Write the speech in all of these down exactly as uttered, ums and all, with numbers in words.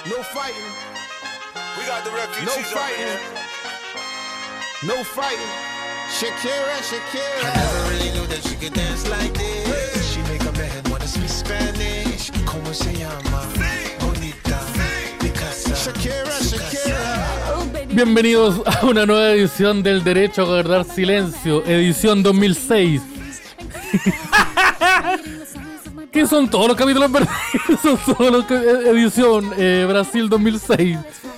No fighting. We got the refugees No over fighting. here. No fighting. Shakira, Shakira. I never really knew that she could dance like this. She make a man wanna speak Spanish. ¿Cómo se llama? Bonita. Picasa. Shakira, Shakira. Bienvenidos a una nueva edición del Derecho a Guardar Silencio, edición dos mil seis. ¿Qué son todos los capítulos verdes? Son todos los ca- edición eh, Brasil dos mil seis.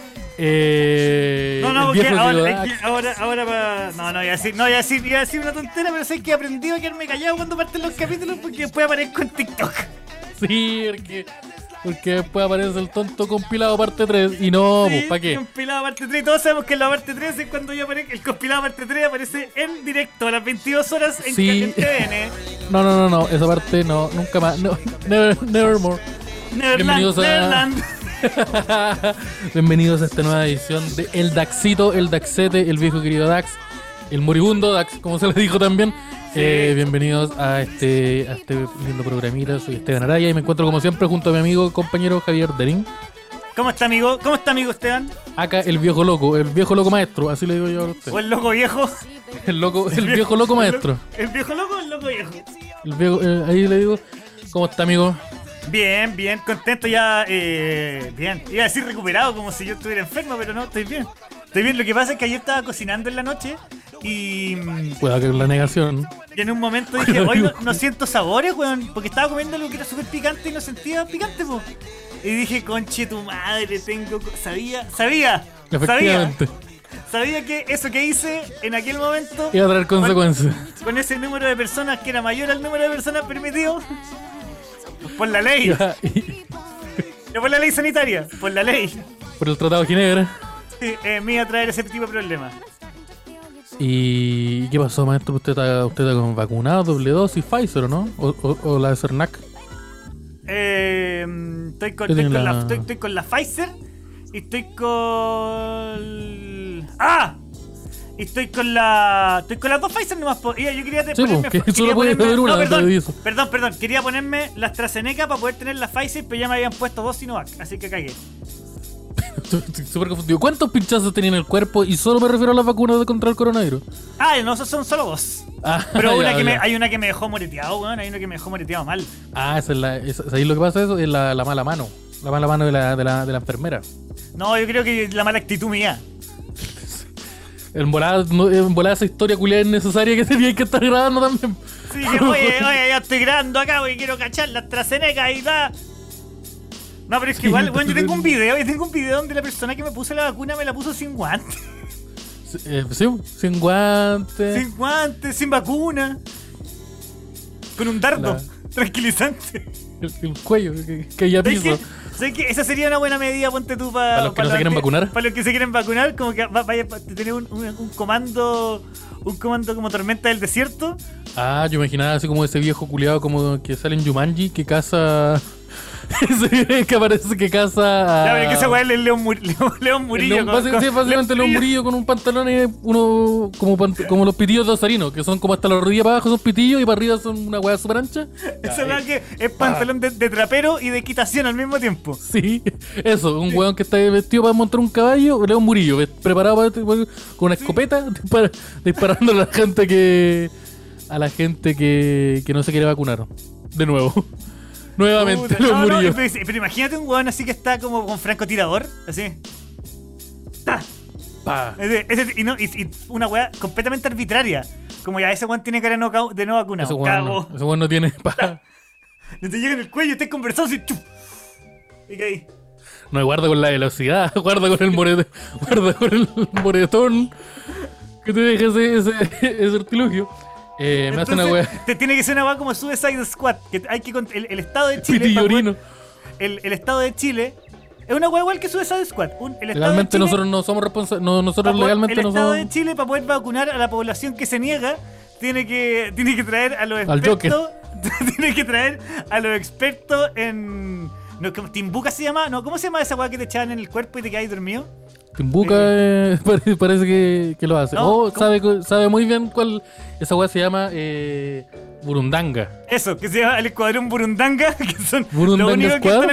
Eh, No, no, el porque viejo ahora, Ciudad- es que ahora, ahora pa- no, no, iba a decir, no, iba a decir, iba a decir una tontera, pero sé que he aprendido a quedarme callado cuando parten los capítulos porque después aparezco en TikTok. Sí, porque, porque después aparece el tonto compilado parte tres y no, pues, ¿para qué? Compilado parte tres, todos sabemos que en la parte tres es cuando yo aparezco, el compilado parte tres aparece en directo a las veintidós horas en, Sí. en T V N. No, no, no, no, esa parte no, nunca más, no, never, nevermore. Neverland, Bienvenidos a- Neverland. Bienvenidos a esta nueva edición de El Daxito, el Daxete, el viejo querido Dax, el moribundo Dax, como se le dijo también. Eh, bienvenidos a este, a este lindo programita. Soy Esteban Araya y me encuentro como siempre junto a mi amigo y compañero Javier Derín. ¿Cómo está, amigo? ¿Cómo está, amigo Esteban? Acá el viejo loco, el viejo loco maestro, así le digo yo a usted. ¿O el loco viejo? El loco, el viejo loco maestro. ¿El viejo loco o el loco viejo? El viejo, eh, ahí le digo, ¿cómo está, amigo? Bien, bien, contento ya, eh, bien. Iba a decir recuperado como si yo estuviera enfermo, pero no, estoy bien. Estoy bien, lo que pasa es que ayer estaba cocinando en la noche y, mm, Cuidado que la negación. y en un momento dije, hoy no, no siento sabores, weón, porque estaba comiendo algo que era súper picante y no sentía picante, po. Y dije, conche tu madre, tengo... co- Sabía, sabía, sabía, Efectivamente. sabía que eso que hice en aquel momento, Iba a traer consecuencias. con ese número de personas que era mayor al número de personas permitido, por la ley, Iba- y- no por la ley sanitaria, por la ley. Por el Tratado de Ginebra. Sí, eh, me iba a traer ese tipo de problemas. ¿Y qué pasó, maestro? ¿Usted está, usted está con vacunado, doble dosis, Pfizer o no? ¿O, o, o la de Cernac? Eh, estoy, con, ¿Qué estoy, tiene con la- la... estoy, estoy con la Pfizer y estoy con... ¡Ah! Y estoy con la... Estoy con las dos Pfizer nomás. po- y Yo quería te- Sí, ponerme... po, que quería solo podías ponerme- beber una no, antes perdón, de eso. perdón, perdón. Quería ponerme la AstraZeneca para poder tener la Pfizer, pero ya me habían puesto dos Sinovac, así que cagué. Estoy súper confundido. ¿Cuántos pinchazos tenía en el cuerpo? Y solo me refiero a las vacunas de contra el coronavirus. Ah, no, esos son solo dos. Ah, Pero una ya, que me, ya. hay una que me dejó moreteado, weón. Hay una que me dejó moreteado mal. Ah, esa es la. Esa, ahí lo que pasa eso es la, la mala mano. La mala mano de la, de la, de la enfermera. No, yo creo que la mala actitud mía. En volada, no, en volada esa historia culiada innecesaria que tenía que estar grabando también. Sí, dije, oye, oye, ya estoy grabando acá, porque quiero cachar la AstraZeneca y da. No, pero es que Sí, igual, bueno, yo entonces- tengo un video, yo tengo un video donde la persona que me puso la vacuna me la puso sin guantes. Eh, sí, sin guantes. Sin guantes, sin vacuna. Con un dardo La- tranquilizante. El, el cuello, que, que ya ¿Sabes piso. qué? ¿Sabes qué? Esa sería una buena medida, ponte tú para... ¿Para los que no se quieren vacunar? Para los que se quieren vacunar, como que va- vaya a tener un, un- un comando... Un comando como Tormenta del Desierto. Ah, yo imaginaba así como ese viejo culiado como que sale en Jumanji que caza. Ese que aparece que caza. a- Ya, pero que ese weón es el León, Mur- León, León Murillo. León- con- básicamente, con- sí, básicamente León Murillo con un pantalón y uno como, pant- como los pitillos de Osarino, que son como hasta la rodilla para abajo son pitillos y para arriba son una hueá super ancha. Esa weá que es pantalón de, de trapero y de equitación al mismo tiempo. Sí, eso, un weón que está vestido para montar un caballo, León Murillo, ve- preparado para, con una escopeta, dispara- disparando a la gente que. a la gente que, que no se quiere vacunar. De nuevo. Nuevamente, Puta, León no, no, Murillo. pero, pero imagínate un weón así que está como con francotirador, así. ¡Ta! Pa. Ese- ese- y, no, y, y una weá completamente arbitraria. Como ya ese weón tiene cara de no, cau- de no Ese vacunado. weón Cago. no, ese weón no tiene. Pa. Y te llega en el cuello y estás conversando así. ¡Chu! Y caí. No, guarda con la velocidad, guarda con el morete, guarda con el moretón que te deja ese, ese, ese artilugio. Eh, me hace una Entonces, wea. te tiene que ser una weá como Suicide Squad. Que hay que cont- el, el estado de Chile. Pitillorino. para poder- El, el estado de Chile es una weá igual que Suicide Squad. Un- el estado Legalmente de Chile, nosotros no somos responsables, no, nosotros para poder- legalmente el no estado somos. de Chile, para poder vacunar a la población que se niega, tiene que, tiene que traer a los Al expertos. Tiene que traer a los expertos en. No, ¿cómo- ¿Timbuca se llama? No, ¿cómo se llama esa weá que te echaban en el cuerpo y te quedas dormido? Timbuca eh, pare- parece que, que lo hace. No, oh, ¿cómo? sabe, cu- sabe muy bien cuál. Esa weá se llama eh, Burundanga. Eso, que se llama el escuadrón Burundanga, que son Burundanga los únicos que Squad. están acostumbrados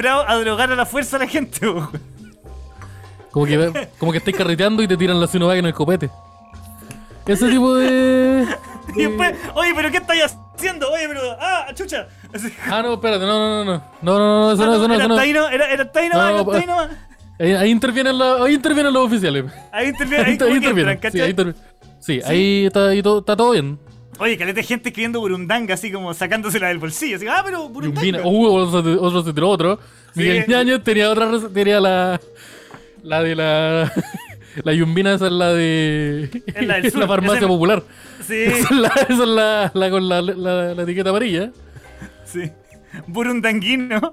acostumbrados a drogar a la fuerza a la gente, po. Como que, como que estáis carreteando y te tiran la Sinovac en el copete. Ese tipo de... Y después, oye, pero ¿qué estáis haciendo? Oye, pero. ¡Ah, chucha! Así- Ah, no, espérate, no, no, no, no. No, no, no, eso Ah, no, eso no, era eso no. hasta ahí no- era era hasta ahí nomás, No, era hasta ahí pa- nomás. Ahí, ahí intervienen la- ahí intervienen los oficiales. Ahí interviene, ahí como que intervienen. entran, Sí, ¿cachai? ahí, intervi- sí, ahí está, ahí todo, está todo bien. Oye, caleta de gente escribiendo burundanga, así como sacándosela del bolsillo. Así, ah, pero burundanga. Yumbina. Uh, otro, se- otro se tiró otro. Sí. Miguel Ñañez tenía otra, rec- tenía la... La de la... La yumbina, esa es la de... Es la del sur, la farmacia ese- popular. Sí, Esa es la, esa es la, la con la, la, la etiqueta amarilla. sí. Burundanguino,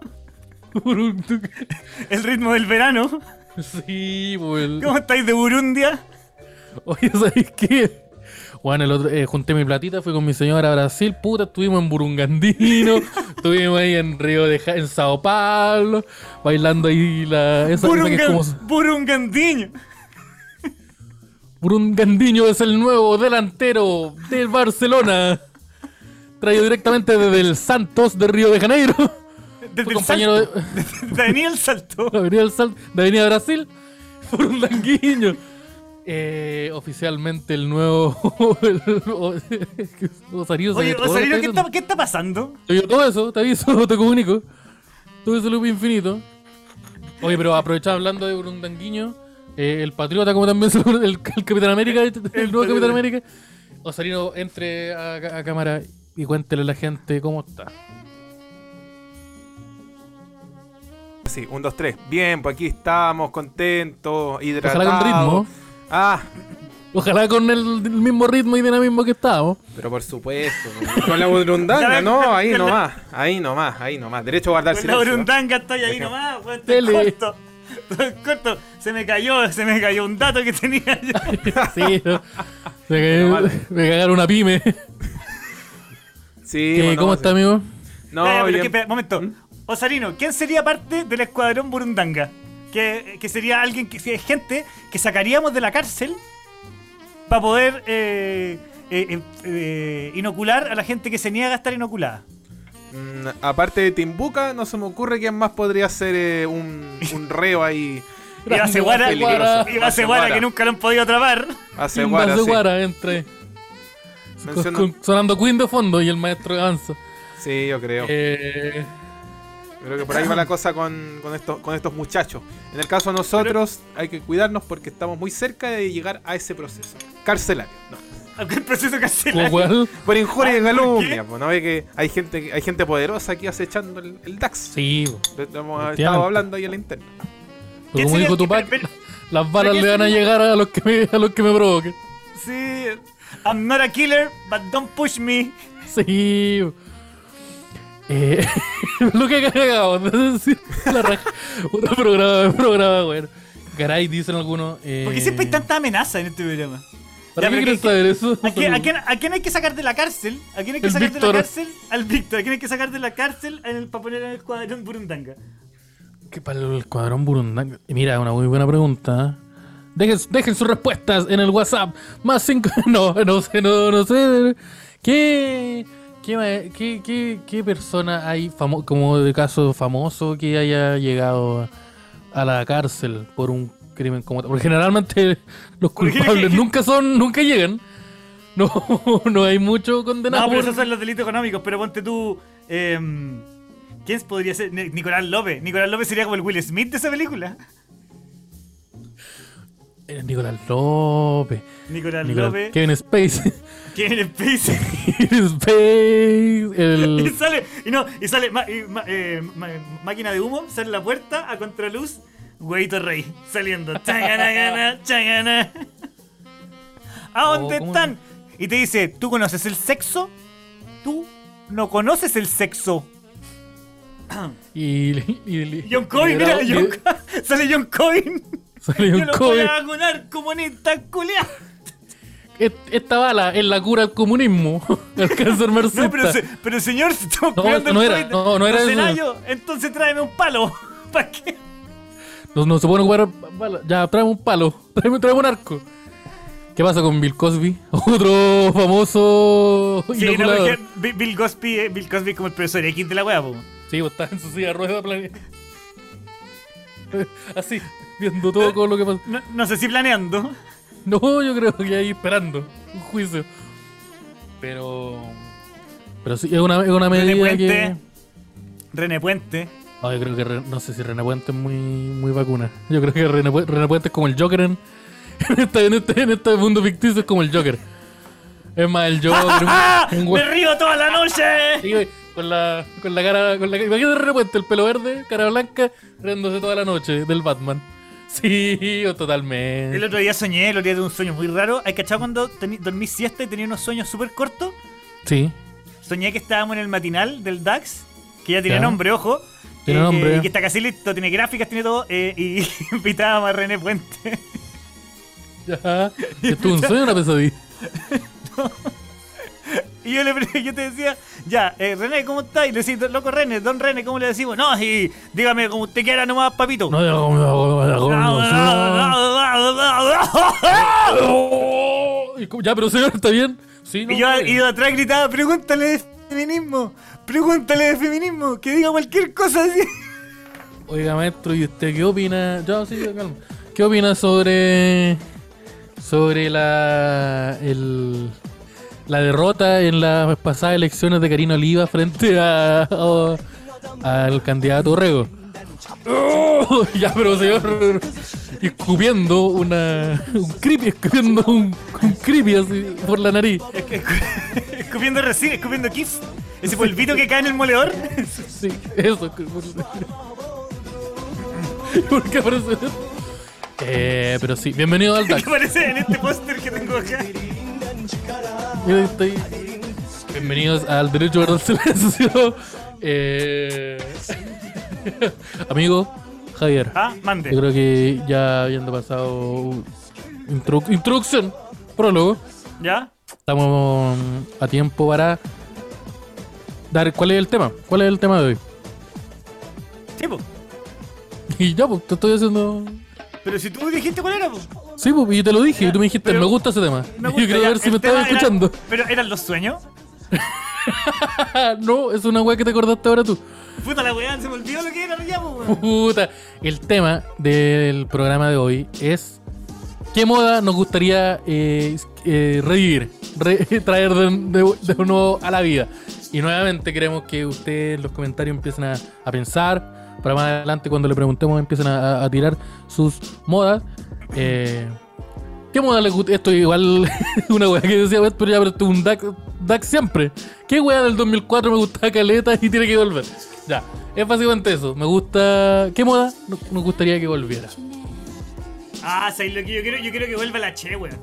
el ritmo del verano. Sí, pues... el- ¿Cómo estáis de Burundia? Oye, ¿sabes qué? Bueno, el otro, eh, junté mi platita, fui con mi señora a Brasil, puta, estuvimos en Burungandino, estuvimos ahí en Río de Ja- en Sao Paulo, bailando ahí la... Esa, esa que es como... Burungan, Burungandiño. Burungandinho es el nuevo delantero del Barcelona, traído directamente desde el Santos de Río de Janeiro. Desde Fue el compañero salto. de, De Daniel Salto. de Avenida, del Sal- de Avenida Brasil, Burundanguinho. Eh, oficialmente el nuevo... el, Osario se Oye, todo lo Osarino, ¿qué diciendo. está, ¿qué está pasando? Te digo todo eso, te aviso, te comunico. Todo ese loop infinito. Oye, pero aprovechando hablando de Burundanguinho, eh, el Patriota, como también se lo- el, el Capitán América, el, nuevo Patriota. Capitán América. Osarino, entre a, a cámara y cuéntele a la gente cómo está. Sí, un, dos, tres. Bien, pues aquí estamos, contentos, hidratados. Ojalá con ritmo. Ah, Ojalá con el, el mismo ritmo y dinamismo que estábamos. pero por supuesto. Con la burundanga, no, ahí nomás. Ahí nomás, ahí nomás. Derecho a guardar Con la silencio. burundanga estoy ahí Deja- nomás, weón, estoy Tele. corto. Estoy corto. Se me cayó, se me cayó un dato que tenía yo. Sí, no. me, vale. me cagaron una pyme. Sí, ¿Qué- bueno, ¿Cómo no, está, sí. amigo? No, Ya, ya, pero bien. que, espera, momento. Osarino, ¿quién sería parte del escuadrón burundanga? Que, que sería alguien que es gente que sacaríamos de la cárcel para poder eh, eh, eh, eh, inocular a la gente que se niega a estar inoculada. Mm, aparte de Timbuca, no se me ocurre quién más podría ser eh, un, un reo ahí. Y a Ceguara, peligroso. y a Ceguara que nunca lo han podido atrapar. Hace Un guara, vaso sí. guara entre. Menciono- con- con- sonando Queen de fondo y el maestro avanza. Sí, yo creo. Eh, Creo que por ahí va la cosa con, con, estos, con estos muchachos. En el caso de nosotros, hay que cuidarnos porque estamos muy cerca de llegar a ese proceso. Carcelario. No. Aunque el proceso ¿Cómo carcelario. cuál? Por injuria y ¿por qué? calumnia. Pues, ¿no ve que hay gente, hay gente poderosa aquí acechando el, el DAX? Sí, bo. Lo- lo hemos Efectivamente. estado hablando ahí en la interna. ¿Quién como sería dijo el que- Tupac, pero- las balas quién le van a sería? llegar a los que me, a los que me provoquen. Sí. I'm not a killer, but don't push me. Sí. bo. Eh, lo que acabamos de decir. La raja. Otro programa, programa, bueno. Caray, dicen algunos. Eh, Porque siempre hay tanta amenaza en este programa. ¿Para Ya, qué pero quieres que- saber eso? ¿A quién, a, quién, ¿A quién hay que sacar de la cárcel? ¿A quién hay que El sacar de Víctor. la cárcel? Al Víctor. ¿A quién hay que sacar de la cárcel en el, para poner en el escuadrón burundanga? Que para el escuadrón Burundanga. Mira, una muy buena pregunta. ¿eh? Dejen, dejen sus respuestas en el WhatsApp. Más cinco. No, no sé, no, no sé. ¿Qué, qué, ma- qué, qué, qué persona hay famo- como de caso famoso que haya llegado a la cárcel por un crimen como tal? Porque generalmente los Porque- culpables nunca son, nunca llegan. No, no hay mucho condenado. No, pero por- esos son los delitos económicos. Pero ponte tú. Eh, ¿Quién podría ser? Ni- Nicolás López. Nicolás López sería como el Will Smith de esa película. Eh, Nicolás López. Nicolás Nicolás- López. Kevin Spacey. Kevin Spacey. Kevin Spacey. Y El... sale, y no, y sale ma- y ma- eh, ma- máquina de humo, sale en la puerta a contraluz, Güeyito Rey, saliendo. Changana, changana. ¿A dónde Oh, ¿cómo están? Y te dice, ¿tú conoces el sexo? Tú no conoces el sexo. Y, y, y- John Coyne, mira, liderado- John li- Co- sale John Coyne. sale Yo John lo voy Coyne. a vacunar, comunista culiao. Et- Esta bala es la cura al comunismo, al cáncer marxista. No, pero, se- pero señor, si estamos No, curando no el era, COVID, no, no era eso. Cenayo, entonces tráeme un palo. ¿Para qué? No, no se pueden ocupar balas. Ya, tráeme un palo, tráeme, tráeme un arco. ¿Qué pasa con Bill Cosby? Otro famoso Sí, no, inoculador. porque Bi- Bill Cosby, eh, Bill Cosby es como el profesor X de la wea, po. Sí, pues está en su silla de ruedas. plane- Así, viendo todo con lo que pasa. No, no sé si planeando. No, yo creo que ahí esperando un juicio. Pero. Pero sí, es una, es una René medida Puente. que. René Puente. No, yo creo que. Re- No sé si René Puente es muy, muy vacuna. Yo creo que René, Pu- René Puente es como el Joker en, en, este, en, este, en este mundo ficticio, es como el Joker. Es más, el Joker. ¡Ah! un- un ¡Me güey- río toda la noche! Sí, güey, con la, con la cara. Con la, imagínate René Puente, el pelo verde, cara blanca, riéndose toda la noche del Batman. Sí, o totalmente. El otro día soñé, el otro día tuve un sueño muy raro. ¿Hay cachado cuando tení- dormí siesta y tenía unos sueños súper cortos? Sí. Soñé que estábamos en el matinal del DAX, que ya tiene Ya. nombre, ojo. Tiene eh, nombre. Y que está casi listo, tiene gráficas, tiene todo. eh, y invitábamos a René Puente. Ya. Esto es un sueño o una pesadilla. Y yo, le, pre- yo te decía, ya, eh, René, ¿cómo estás? Y le decía, loco René, don René, ¿cómo le decimos? No, y dígame como usted quiera nomás, papito. No, no, no, no, no. Y como- Ya, pero señor, ¿está bien? Sí, no. Y yo está bien. ido atrás gritaba, pregúntale de feminismo, pregúntale de feminismo, que diga cualquier cosa así. Oiga, maestro, ¿y usted qué opina? Ya, sí, calma. ¿Qué opina sobre. sobre la. el. la derrota en las pasadas elecciones de Karina Oliva frente a. a- al candidato Rego? Oh, ya, pero señor. Escupiendo una. un creepy, escupiendo un, un creepy así por la nariz. Escupiendo recién, escupiendo kiss. Ese polvito que cae en el moledor. Sí, eso. ¿Por qué aparece? Eh, pero sí, bienvenido al Que DAX. aparece en este póster que tengo acá. Yo estoy- Bienvenidos al Derecho a Guardar Silencio. Eh... Amigo Javier, Ah, yo mande. creo que ya habiendo pasado introdu- introducción, prólogo, ¿Ya? estamos a tiempo para dar cuál es el tema. ¿Cuál es el tema de hoy? Sí, po. Y ya, pues, te estoy haciendo. Pero si tú dijiste cuál era, po. Sí, pues, y te lo dije, y tú me dijiste, Pero- me gusta ese tema. Me Y gusta, yo quiero ya, ver si el me tema estabas era- escuchando. Pero eran los sueños. No, es una weá que te acordaste ahora tú. Puta la weá, se me olvidó lo que era ya, po, weón. Puta. El tema del programa de hoy es ¿qué moda nos gustaría eh, eh, revivir? Re- traer de, de- de nuevo a la vida. Y nuevamente queremos que ustedes en los comentarios empiecen a, a pensar. Para más adelante cuando le preguntemos empiecen a, a- a tirar sus modas. Eh, ¿Qué moda les gusta? Esto igual una weá que decía, pero ya, pero esto es un D A C, D A C siempre. ¿Qué weá del dos mil cuatro me gustaba caleta y tiene que volver? Ya, es básicamente eso. Me gusta... ¿Qué moda no- nos gustaría que volviera? Ah, ¿sabes lo que yo quiero? Yo quiero que vuelva la Che, weón.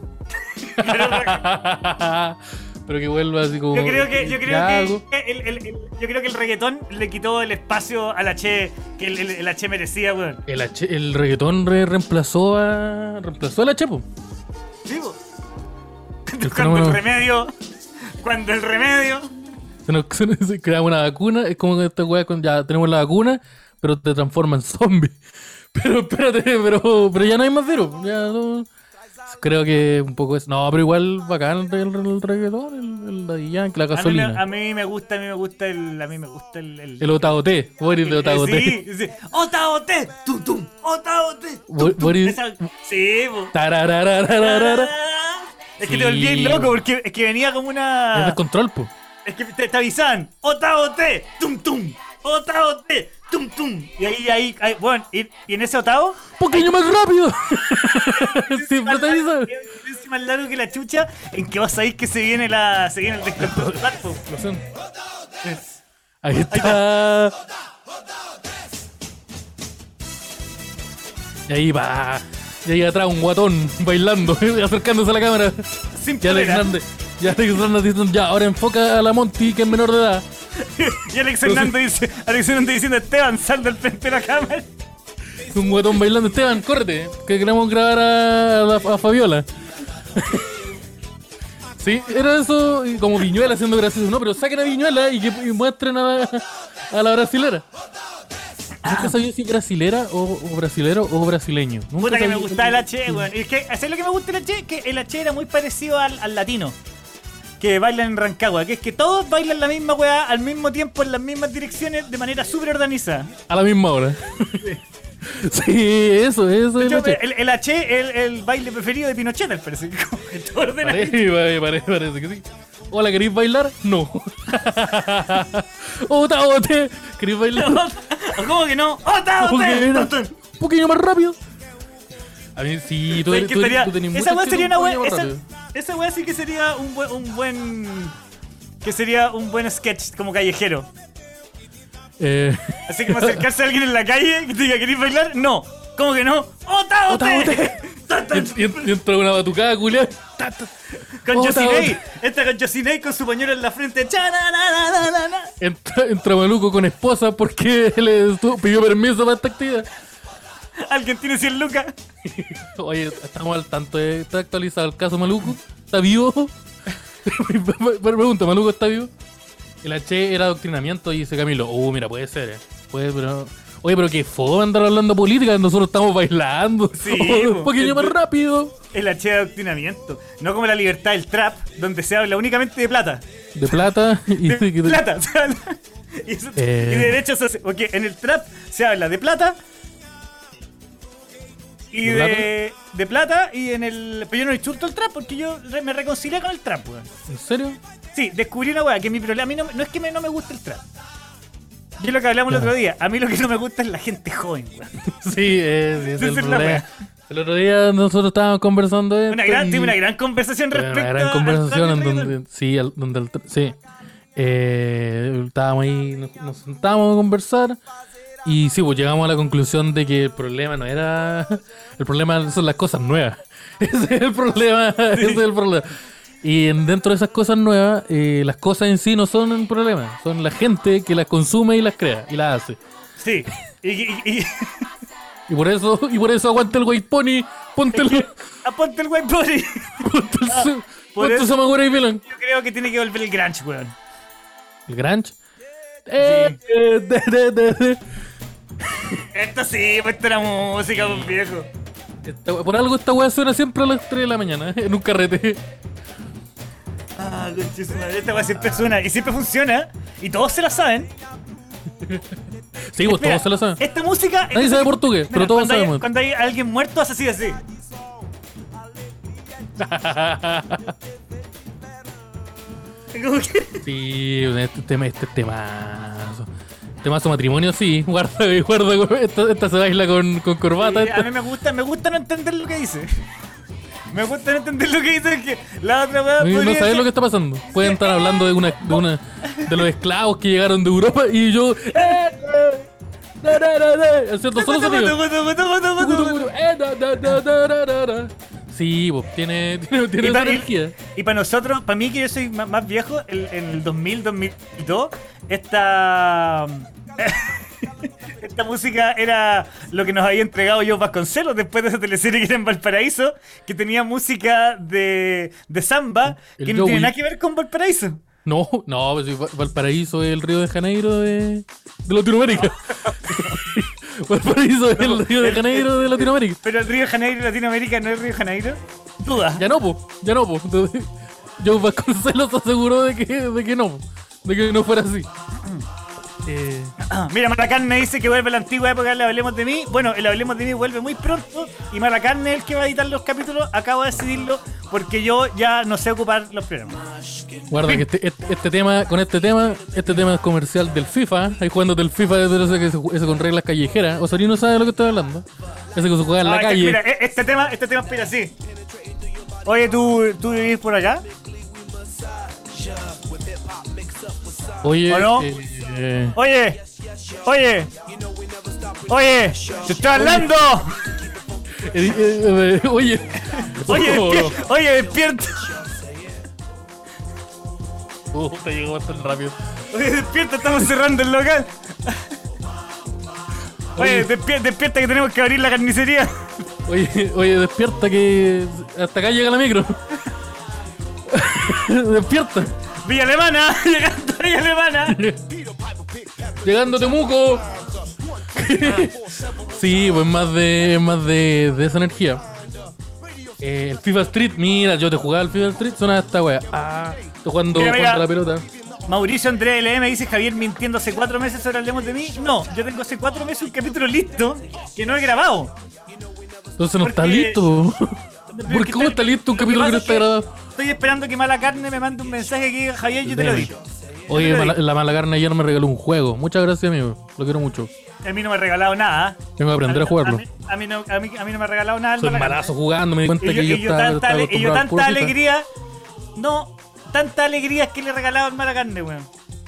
Pero que vuelva así como... Yo creo que, yo creo ya, que algo. el, el- el- yo creo que el reggaetón le quitó el espacio a la Che que el, el, el H merecía, weón. El, H- el reggaetón re- reemplazó a... Reemplazó a la Chepo. Sí, po. El Cuando fenómeno- el remedio. Cuando el remedio. Se nos, se nos- se crea una vacuna. Es como que esta weá con... Ya tenemos la vacuna, pero te transforma en zombie. Pero espérate, pero, pero ya no hay más virus. Ya no... Creo que un poco es... No, pero igual bacán el, el, el reggaetón, el, el Daddy Yankee, la A mí, me, gasolina. a mí me gusta, a mí me gusta el. A mí me gusta el. El, El Otaote. Boris de Otaote. Sí, sí. ¡Otaote! ¡Tum, tum! ¡Otaote! Bo- Boris... Esa- Sí, po. Tarararararara. Es que Sí. te volví loco porque es que venía como Es una. descontrol, po. Es que te, te avisaban. ¡Otaote! ¡Tum, tum! ¡Otaote! ¡Tum, tum! Y ahí, ahí, ahí bueno, y, y en ese otavo. ¡Poquillo más rápido! Siempre más te avisa. largo, es más largo que la chucha, en que vas a ir que se viene la. Se viene el descontrol total, po. Lo sé. Ahí está. Y ahí va. Y ahí atrás un guatón bailando, acercándose a la cámara. Sin Y Alex polera. Hernández. Y Alex Hernández diciendo, ya, ahora enfoca a la Monty, que es menor de edad. Y Alex Hernández dice, Alex Hernández diciendo, Esteban, sal del frente de la cámara. Un guatón bailando. Esteban, córrete, que queremos grabar a, a- a Fabiola. Sí, era eso, y como Viñuela haciendo gracioso. No, pero saquen a Viñuela y que y muestren a la, a la brasilera. Nunca sabía si brasilera o, o brasilero o brasileño. Nunca Puta que me sabía- gustaba el H, weón. Y es que, ¿sabes lo que me gusta del H? Que el H era muy parecido al, al latino. Que bailan en Rancagua. Que es que todos bailan la misma weá al mismo tiempo en las mismas direcciones de manera súper organizada. A la misma hora. Sí, eso, eso es Yo, el H. el, el H es el, el baile preferido de Pinochet, al parecer. Como que todo ordenadito. Parece, parece, parece que sí. Hola, ¿queréis bailar? No. Ota, ote. ¿Queréis bailar? ¿Cómo que no? ¡Ota, ¿Cómo que no? ota! Un poquito más rápido. A mí sí, tú, ¿Sabes eres- qué tú, eres- sería? tú tenés Esa mucha weá sería actitud, una un weá. poquito Esa, más rápido. esa weá sí que sería un buen, un buen. Que sería un buen sketch como callejero. Eh, Así que para acercarse a alguien en la calle que te diga, ¿queréis bailar? No. ¿Cómo que no? ¡Ota, Ota, ote! ote. Ta, ta, y, y- y entra una batucada, culiao. Ta, ta. Con Ota, Yosinei. ote. Entra con Yosinei con su pañuelo en la frente. Chananana. Entra, entra Maluco con esposa porque le estuvo- pidió permiso para esta actividad. Alguien tiene cien lucas. Oye, estamos al tanto de. ¿Está actualizado el caso Maluco? ¿Está vivo? Pregunta, ¿Maluco está vivo? El H era adoctrinamiento y dice Camilo, uh, mira, puede ser, eh. Puede, pero. Oye, pero que fue andar hablando política, nosotros estamos bailando. Sí, Un poquillo más rápido. El H de adoctrinamiento. No como la libertad del trap, donde se habla únicamente de plata. De plata y De de, plata. Se habla. Y, eso- Eh. y de derechos sociales. Porque en el trap se habla de plata. Y ¿De de, de plata y en el. Pero yo no insulto el trap porque yo re- me reconcilié con el trap, weón. ¿En serio? Sí, descubrí una weá, que mi problema. A mí no, no es que me, no me guste el trap. Y es lo que hablamos el Ya. otro día. A mí lo que no me gusta es la gente joven, weón. Sí, eh, sí, es Esa el es la problema. wea. El otro día nosotros estábamos conversando de Una esto gran, y- tuve una gran conversación Una respecto gran al conversación trap y en el reggaetón. donde, sí, al- donde el, tra- sí. Eh, estábamos ahí, nos, nos sentábamos a conversar y sí, pues llegamos a la conclusión de que el problema no era, el problema son las cosas nuevas. Ese es el problema, ese es el problema. Y en- dentro de esas cosas nuevas, eh, las cosas en sí no son un problema, son la gente que las consume y las crea y las hace. Sí. Y, y, y- Y por eso, y por eso aguanta el white pony, ponte el, aponte el white body. ponte el, su- por ponte eso- Samagura y Villain. Yo creo que tiene que volver el grunge, weón. ¿El Granch? Eh, eh, de, de, de, de. Esto sí, pues esto era música, pues viejo. Esta we- por algo esta weá suena siempre a las tres de la mañana, en un carrete. Ah, conche su madre, esta weá siempre suena y siempre funciona. Y todos se la saben. Sí, pues Mira, todos se lo saben. Esta música. Nadie esta- sabe portugués, pero Mira, todos cuando hay- sabemos. Cuando hay alguien muerto, hace así, así. Como que- Sí, este tema, este temazo. Temazo matrimonio, sí. Guarda, guarda, esta, esta se baila con, con corbata. Sí, a esta. mí me gusta, me gusta no entender lo que dice. Me gusta no entender lo que dice, que la otra weá A mí no podría sabes ser- lo que está pasando. Pueden estar hablando de una, de una de los esclavos que llegaron de Europa y yo. ¡Eh! eh, da, da, da, da, haciendo solo sonido. Eh, da, da, da, da, da, da, da. Sí, pues tiene, tiene, tiene Y esa para, energía. y para nosotros, para mí que yo soy más, más viejo, el- en el dos mil, dos mil dos, esta, esta música era lo que nos había entregado yo Vasconcelos después de esa teleserie que era en Valparaíso, que tenía música de, de samba, El que no tiene Joey. nada que ver con Valparaíso. No, no, pues sí, Val- Valparaíso es el Río de Janeiro de, de Latinoamérica. Valparaíso es el Río de Janeiro de Latinoamérica. Pero el Río de Janeiro y Latinoamérica no es Río de Janeiro. Duda. Ya no, pues, ya no, pues. Entonces, Joe Vasconcelos se aseguró de que, de que no, de que no fuera así. Eh, Ah, mira, Maracarne dice que vuelve a la antigua época del Hablemos de Mí. Bueno, el Hablemos de Mí vuelve muy pronto. Y Maracarne es el que va a editar los capítulos. Acabo de decidirlo porque yo ya no sé ocupar los programas. guarda que este, este, este tema, con este tema, este tema es comercial del FIFA. Ahí jugando del FIFA, pero ese, que ese, ese con reglas callejeras. Osorino sabe de lo que estoy hablando. Ese que se juega en la Ah, este- calle. Mira, e- este tema, este tema espera así. Oye, ¿tú, ¿tú vivís por acá? Oye, ¿O no? eh, eh, Oye, oye, oye, te estoy hablando. eh, eh, eh, oye, Oye, Oh, despierta, oye, despierta. oh, te llegó bastante rápido. Oye, despierta, estamos cerrando el local. Oye, despier- despierta que tenemos que abrir la carnicería. Oye, oye, despierta que hasta acá llega la micro. Despierta. Villa Alemana, llegando a Villa Alemana. Llegando a Temuco. Sí, pues más de más de, de esa energía. Eh, el FIFA Street, mira, yo te jugaba al FIFA Street, suena esta wea. Ah, estoy jugando Mira, mira. contra la pelota. Mauricio Andrea L M dice: Javier mintiendo hace cuatro meses sobre Hablemos de mí. No, yo tengo hace cuatro meses un capítulo listo que no he grabado. Entonces no está Porque- listo. Pero ¿Por que cómo está listo un lo que capítulo que no pasa está es grabado? Estoy esperando que Mala Carne me mande un mensaje que diga: Javier, yo te lo Deme. digo. Oye, Yo te lo mala- digo. la mala carne ayer me regaló un juego. Muchas gracias, amigo. Lo quiero mucho. A mí no me ha regalado nada. Tengo que aprender a jugarlo. A mí, a mí no, a, mí, a mí no me ha regalado nada. el Soy Mala Carne. malazo jugando, me di cuenta Y yo, que yo, y yo estaba, tanta, estaba ale- y yo acostumbrado al tanta cosita. alegría. No, tanta alegría es que le he regalado al Mala Carne, weón.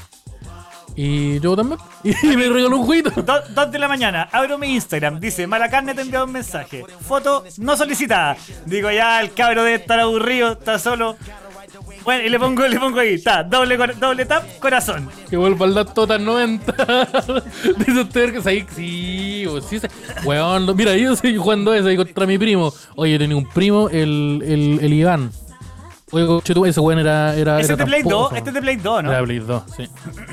Y yo también. Y me regaló un jueguito. Do- Dos de la mañana, abro mi Instagram, dice: Mala Carne te ha enviado un mensaje. Foto no solicitada. Digo, ya, el cabro debe estar aburrido, está solo. Bueno, y le pongo, le pongo ahí, está, doble, cor- doble tap, corazón. Que vuelva al Total noventa. Dice usted que sí, sí, o sí. se- Weón, lo- mira, yo estoy jugando ese ahí contra mi primo. Oye, tenía un primo, el, el, el Iván. Oye, coche, tú, ese weón era. era Este es era de Play tramposo. dos, este es de Play dos, ¿no? Era Play dos, sí.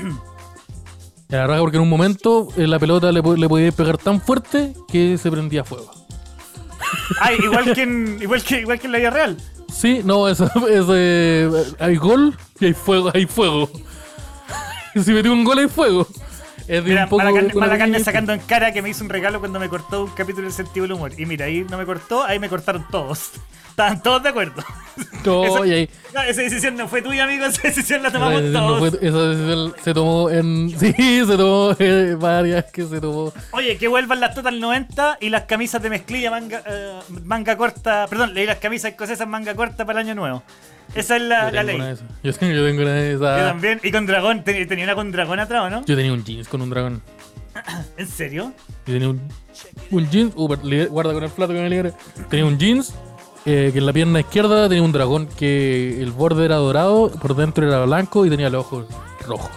Era raja porque en un momento eh, la pelota le, po- le podía pegar tan fuerte que se prendía fuego. Ay, igual que en, igual que, igual que en la vida real. Sí, no, eso, eso eh, hay gol y hay fuego, hay fuego. Si metí un gol hay fuego. Es de Mira, un poco Mala Carne, con Mala la Carne piña. sacando en cara que me hizo un regalo cuando me cortó un capítulo del sentido del humor. Y mira, ahí no me cortó, ahí me cortaron todos. Estaban todos de acuerdo. No, Esa- y ahí- No, esa decisión no fue tuya, amigo, esa decisión la esa tomamos decisión no todos. fue- esa decisión se tomó en. Sí, se tomó eh, varias que se tomó. Oye, que vuelvan las Total noventa y las camisas de mezclilla manga, eh, manga corta. Perdón, leí las camisas escocesas manga corta para el año nuevo. Esa es la, Yo la tengo ley. una de esas. Yo tengo, yo tengo una de Yo esas. también. Y con dragón, ten- tenía una con dragón atrás, ¿o ¿no? Yo tenía un jeans con un dragón. ¿En serio? Yo tenía un, un jeans. Uh, pero li- guarda con el plato que me libre. Tenía un jeans eh, que en la pierna izquierda tenía un dragón que el borde era dorado, por dentro era blanco y tenía los ojos rojos.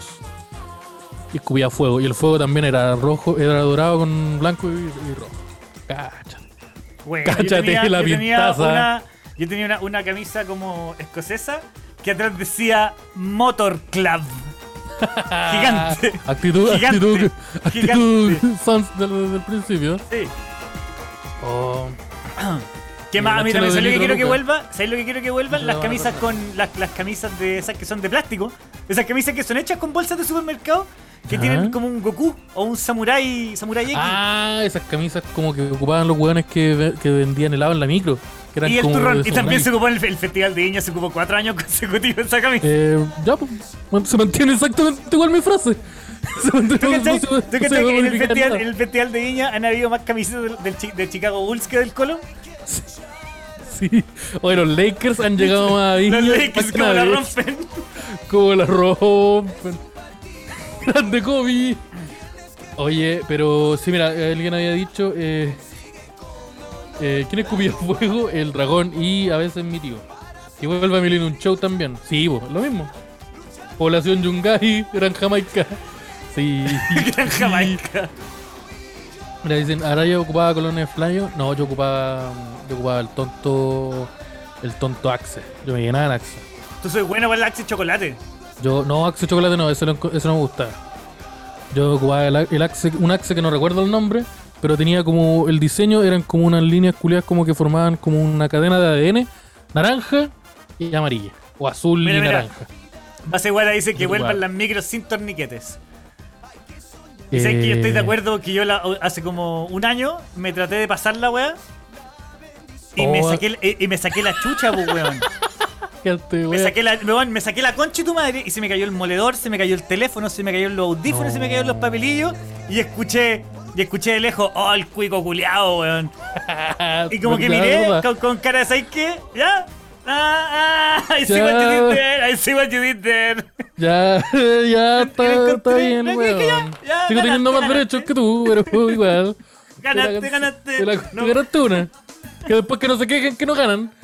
Y escupía fuego. Y el fuego también era rojo, era dorado con blanco y, y rojo. Cacha. Bueno, Cáchate yo tenía, la yo tenía pintaza. una, yo tenía una, una camisa como escocesa que atrás decía Motor Club. Gigante. Actitud, Gigante. actitud, actitud Gigante. Sans del, desde el principio. Sí. Oh. ¿Qué Y más? la Mira, chela de ¿sabes lo que litro quiero que Luca. vuelva? ¿Sabes lo que quiero que vuelvan? Chela Las de camisas Luca. con las, las camisas de esas que son de plástico. Esas camisas que son hechas con bolsas de supermercado que Ajá. tienen como un Goku o un Samurai, Samurai X. Ah, esas camisas como que ocupaban los hueones que, ve- que vendían helado en la micro. Que eran y el como turrón. de Y también samurai. se ocupó en el, el Festival de Viña, se ocupó cuatro años consecutivos esa camisa. Eh, ya, pues, bueno, se mantiene exactamente igual mi frase. Se mantiene, ¿Tú no cachai, se- ¿tú no cachai se que en el, modifica festival, nada. en el Festival de Viña han habido más camisetas del, del, Chi- de Chicago Bulls que del Colo? Sí. Oye, los Lakers han llegado más a Viña. Los Lakers más como la nadie. rompen. Como la rompen. Grande Kobe. Oye, pero sí, mira, alguien había dicho. Eh, eh, ¿Quién escupía fuego? El dragón y a veces mi tío. Y vuelve a Millennium un show también. Sí, bo, lo mismo. Población Yungay, Gran Jamaica. Sí. Gran Jamaica. Mira, dicen, ¿Araya ocupaba colonia de Flayo? No, yo ocupaba. Yo ocupaba el tonto. El tonto Axe. Yo me llenaba en Axe. Tú soy bueno con el Axe chocolate. Yo, no, Axe Chocolate no, ese, lo enco- ese no me gustaba. Yo ocupaba el, el Axe, un Axe que no recuerdo el nombre, pero tenía como. El diseño eran como unas líneas culiadas como que formaban como una cadena de A D N, naranja y amarilla. O azul Mira, y mira. naranja. Base Guara dice que Igual. vuelvan las micros sin torniquetes. Y sabes que yo estoy de Eh, acuerdo que yo la- hace como un año me traté de pasar la weá. Y, me Oh. saqué, el- y, y me saqué la chucha, pues, weón. quédate, Me wea. saqué, la, weón, me saqué la concha de tu madre y se me cayó el moledor, se me cayó el teléfono, se me cayó los audífonos, No. se me cayeron los papelillos. Y escuché, y escuché de lejos, oh, el cuico culiao, weón. Y como que ¿Verdad, miré verdad? con, con cara de, ¿sabes qué? ¿Ya? Ah, ah, I see Ya. what you did there, I see what you did there. Ya, ya está, encontré- está bien, lo dije, weón. ya, ya, Sigo teniendo ganaste, más ganaste. derechos que tú, pero igual. Ganaste, Te la- ganaste. Te, la, No. te ganaste una. Que después que no se quejen que no ganan.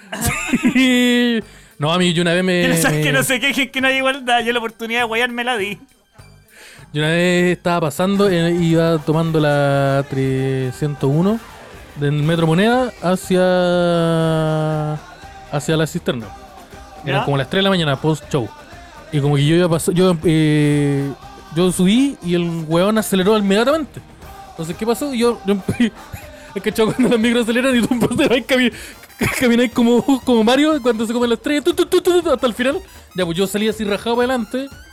Sí. No, a mí yo una vez me. Que no, sabes me- que no se quejen que no hay igualdad. Yo la oportunidad de guayar me la di. Yo una vez estaba pasando, eh, iba tomando la trescientos uno del Metro Moneda hacia. hacia la cisterna. Eran ¿Ya? como las tres de la mañana, post show. Y como que yo iba a pasar. Yo, eh, yo subí y el weón aceleró inmediatamente. Entonces, ¿qué pasó? Yo, yo es que chavo, cuando las micros aceleran y tú vas cami camináis como, como Mario cuando se come la estrella tu, tu, tu, tu, tu, hasta el final. Ya, pues yo salí así rajado para adelante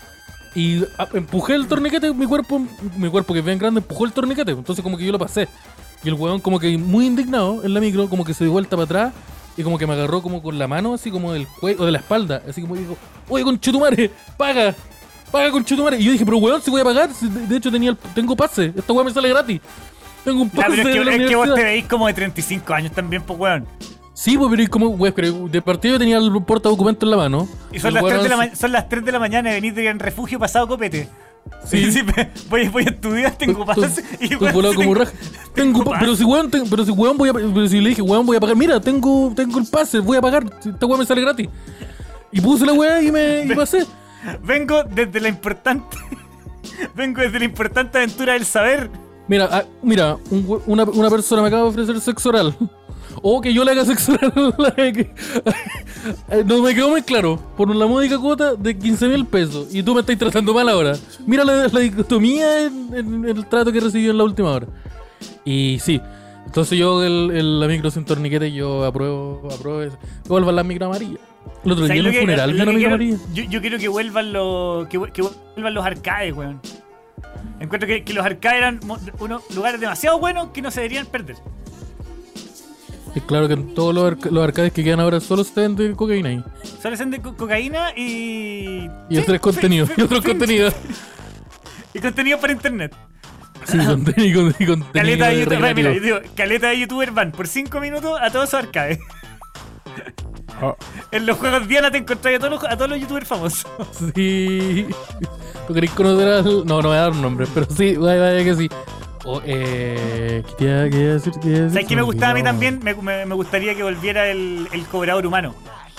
Y a- empujé el torniquete, mi cuerpo, mi cuerpo que es bien grande, empujó el torniquete. Entonces como que yo lo pasé. Y el weón como que muy indignado en la micro, como que se dio vuelta para atrás y como que me agarró como con la mano, así como del cuello, o de la espalda. Así como dijo, oye, conchetumare, paga, paga conchetumare. Y yo dije, pero weón, si voy a pagar, si de de hecho tenía el, tengo pase, esta weón me sale gratis. Tengo un Ya, pase pero es de la que, es que vos te universidad. veis como de treinta y cinco años también, pues weón. Sí, pues, pero es como, weón, pero de partida yo tenía el portadocumento en la mano. Y son El las, weón tres de la así- ma- son las tres de la mañana y venís de Gran Refugio pasado copete. Sí. Sí, me- voy, voy a estudiar, tengo Estoy- pase. Y estoy weón, volado sí como tengo- raja. Tengo, pa- pase. pero si weón, te- pero si weón voy a, pero si le dije, weón, voy a pagar, mira, tengo, tengo el pase, voy a pagar, esta weón me sale gratis. Y puse la weá y me y pasé. Vengo desde la importante. Vengo desde la importante aventura del saber. Mira, ah, mira, un we- una, una persona me acaba de ofrecer sexo oral. O que yo le haga sexo oral. Eh, no me quedó muy claro. Por una módica cuota de quince mil pesos. Y tú me estás tratando mal ahora. Mira la, la dicotomía en, en el trato que recibió en la última hora. Y sí. Entonces yo el, el- la micro sin torniquete yo apruebo, apruebo eso. Que vuelvan las micro amarillas. El otro día ¿Sabes en lo un que- funeral lo vi una que micro quiero? amarilla. Yo, yo quiero que vuelvan los. Que, vu- que vuelvan los arcades, weón. Encuentro que, que los arcades eran mo- unos lugares demasiado buenos que no se deberían perder. Es claro que en todos los, arca- los arcades que quedan ahora solo se vende cocaína ahí. Solo se vende co- cocaína y. Y Sí, otros contenidos. fin- Y otros fin- contenidos. Y contenido para internet. Sí, contenido, y contenido Caleta de de youtuber, recreativo. mira, digo, caleta de youtuber van por cinco minutos a todos esos arcades. Ah. En los juegos Diana te encontrás a todos los, a todos los youtubers famosos. Sí. ¿Tú queréis conocer al.? No, no voy a dar un nombre, pero sí, vaya, vaya que sí. O, eh. ¿Qué te iba- qué iba a decir? ¿Qué iba a decir? ¿Sabes qué Se me gustaba a mí olvidó. también? Me, me- me gustaría que volviera el, el cobrador humano.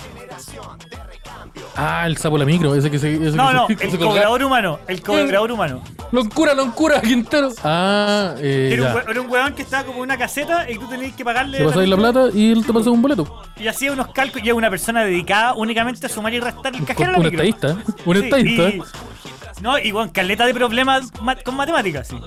Ah, el sapo la micro, ese que se. Ese No, que no, se, que el se colgaba. cobrador humano. El cobrador humano. ¡Loncura, loncura, Quintero! Ah, eh. Era un, ya. hue- era un weón que estaba como en una caseta y tú tenías que pagarle. Te pasáis la micro plata y él te pasa un boleto. Y hacía unos cálculos. Y era una persona dedicada únicamente a sumar y restar el cajero Con de un la micro. estadista. Un Sí, estadista. y- No, y bueno, caleta de problemas ma- con matemáticas, sí.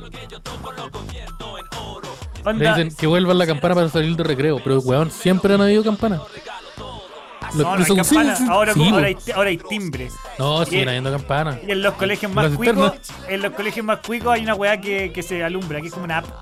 Le Onda, dicen que vuelvan la campana para salir de recreo, pero weón, siempre han habido campanas. Lo- no, no hay eso- sí, campana. sí, ahora, sí, como- po. ahora, hay, ahora hay timbre. No, siguen y- habiendo campanas. Y en los colegios más Las cuicos, cisternas. en los colegios más cuicos hay una weá que, que se alumbra, que es como una app.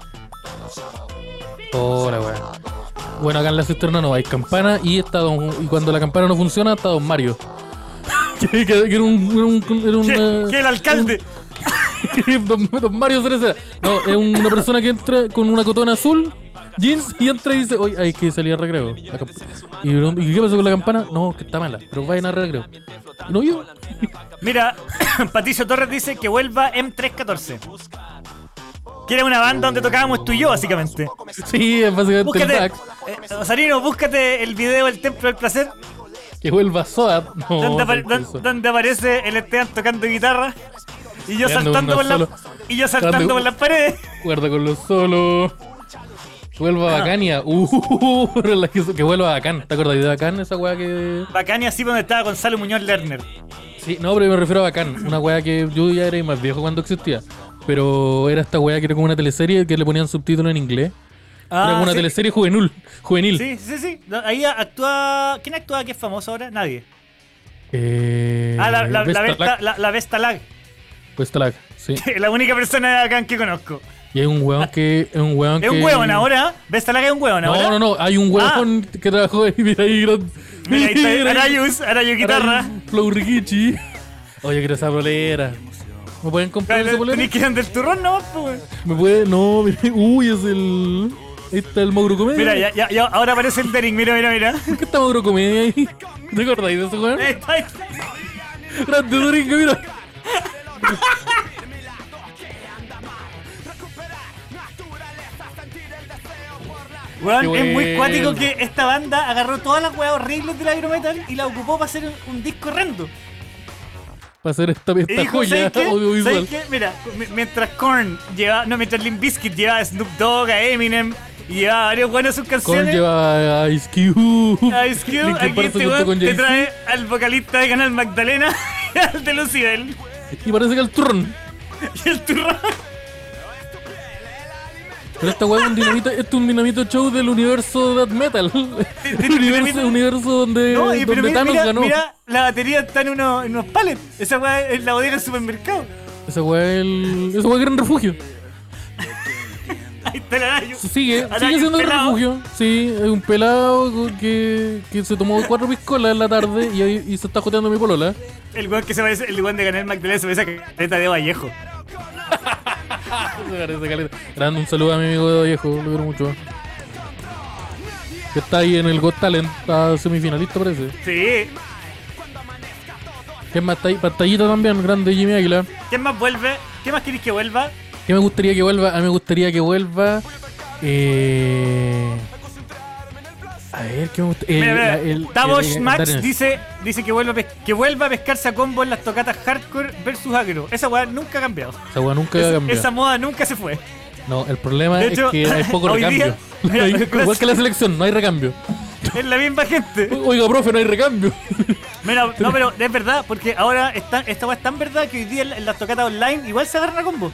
Hola, weón. Bueno, acá en la cisterna no hay campana y está don, y cuando la campana no funciona está Don Mario. que, que- que era un. Era un, era un, Que, eh, que el alcalde. don, don Mario Cerecera. No, es una persona que entra con una cotona azul, jeans, y entra y dice: oye, hay que salir a recreo. La camp- y, ¿Y qué pasó con la campana? No, que está mala, pero vayan a recreo. Y no yo. Mira, Patricio Torres dice que vuelva M trescientos catorce. Que era una banda donde tocábamos tú y yo, básicamente. Sí, es básicamente el Búscate, Max. eh, Osarino, búscate el video del Templo del Placer, Que vuelva Soda. No, donde, apare- no, don- eso. donde aparece el Esteban tocando guitarra y yo Dando saltando por una la, solo- y yo saltando dando- por las paredes. Guarda con los solos. Vuelva Ah. Bacania. Uh, pero la que, que vuelva Bacán. ¿Te acuerdas de Bacán? Esa weá que. Bacán y así donde estaba Gonzalo Muñoz Lerner. Sí, no, pero me refiero a Bacán. Una weá que yo ya era más viejo cuando existía. Pero era esta weá que era como una teleserie que le ponían subtítulos en inglés. era como una sí. teleserie juvenil. Juvenil. Sí, sí, sí. No, ahí actúa. ¿Quién actúa que es famoso ahora? Nadie. Eh, Ah, la, la, la, Vesta Vesta, Lag. la, la Vesta Lag. Vesta Lag, sí. La única persona de Bacán que conozco. Y hay un weón que. Es un weón Es un que- huevón ahora. Vesta Lag es un huevón ahora. No, no, no. Hay un weón que trabajó ahí. Mira ahí, gran. Mira, ahí está Mira, Arayus, Arayu guitarra. Arayu, Flow Rikichi. Oye, quiero esa polera. ¿Me pueden comprar esa polera? Tenés que ir del turrón, no, pues, weón. ¿Me puede? No, mira. Uy, es el. Ahí está el Mauro Comedia. Mira, ya, ya, ya, ahora aparece el Dering, mira, mira, mira. ¿Por qué está Mauro Comedia ahí? ¿Te acordáis de ese weón? Ahí está, ahí está. Grande Doringa, mira. Weón, Qué es muy bueno. cuático que esta banda agarró todas las weas horribles del Iron Metal y la ocupó para hacer un, un disco horrendo. Para hacer esta, Y esta dijo, joya ¿sabes qué? audiovisual. ¿Sabes qué? Mira, mi- mientras Korn llevaba, no, mientras Limp Bizkit llevaba a Snoop Dogg, a Eminem, y llevaba varios buenos sus Con canciones. lleva a Ice Cube. A Ice Cube, Linkin aquí Park este se juntó weón con te Jay-Z. trae al vocalista de Canal Magdalena y al de Lucibel. Y parece que el turrón. Y el turrón. Pero esta weá es un dinamita, esto es un dinamito show del universo Death Metal. El universo, universo donde, No, y, pero donde mira, Thanos mira, ganó. mira, la batería está en, unos, en unos pallets. Esa weá es la bodega del supermercado. Esa weá es el. Esa weá es Gran Refugio. Ahí está el araño. Sigue, Araño sigue siendo el pelado. refugio. Sí, es un pelado que, que se tomó cuatro piscolas en la tarde y, ahí- y se está joteando mi polola. El weón que se parece, el weón de ganar el McDonald's se parece a careta de Vallejo. Se parece caleta. Grande, un saludo a mi amigo de Vallejo, lo quiero mucho. Que está ahí en el Got Talent, está semifinalista parece. Sí. ¿Quién más está ahí? Pantallita también, grande Jimmy Águila. ¿Quién más vuelve? ¿Qué más queréis que vuelva? ¿Qué me gustaría que vuelva? A mí me gustaría que vuelva. Eh... A ver, ¿qué me gusta? eh, Mira, mira, la- el- Davos el- el- Max andar en- dice, dice que, vuelva a pes- que vuelva a pescarse a combo en las tocatas hardcore versus agro. Esa weá nunca ha cambiado. Esa weá nunca va a Esa, cambiar. esa moda nunca se fue. No, el problema De hecho, es que hay poco hoy recambio. día- mira, Hay- la- igual que la selección, no hay recambio. Es la misma gente. Oiga, profe, no hay recambio. Mira, no, pero es verdad, porque ahora está, esta weá es tan verdad que hoy día en, en las tocatas online igual se agarran a combo.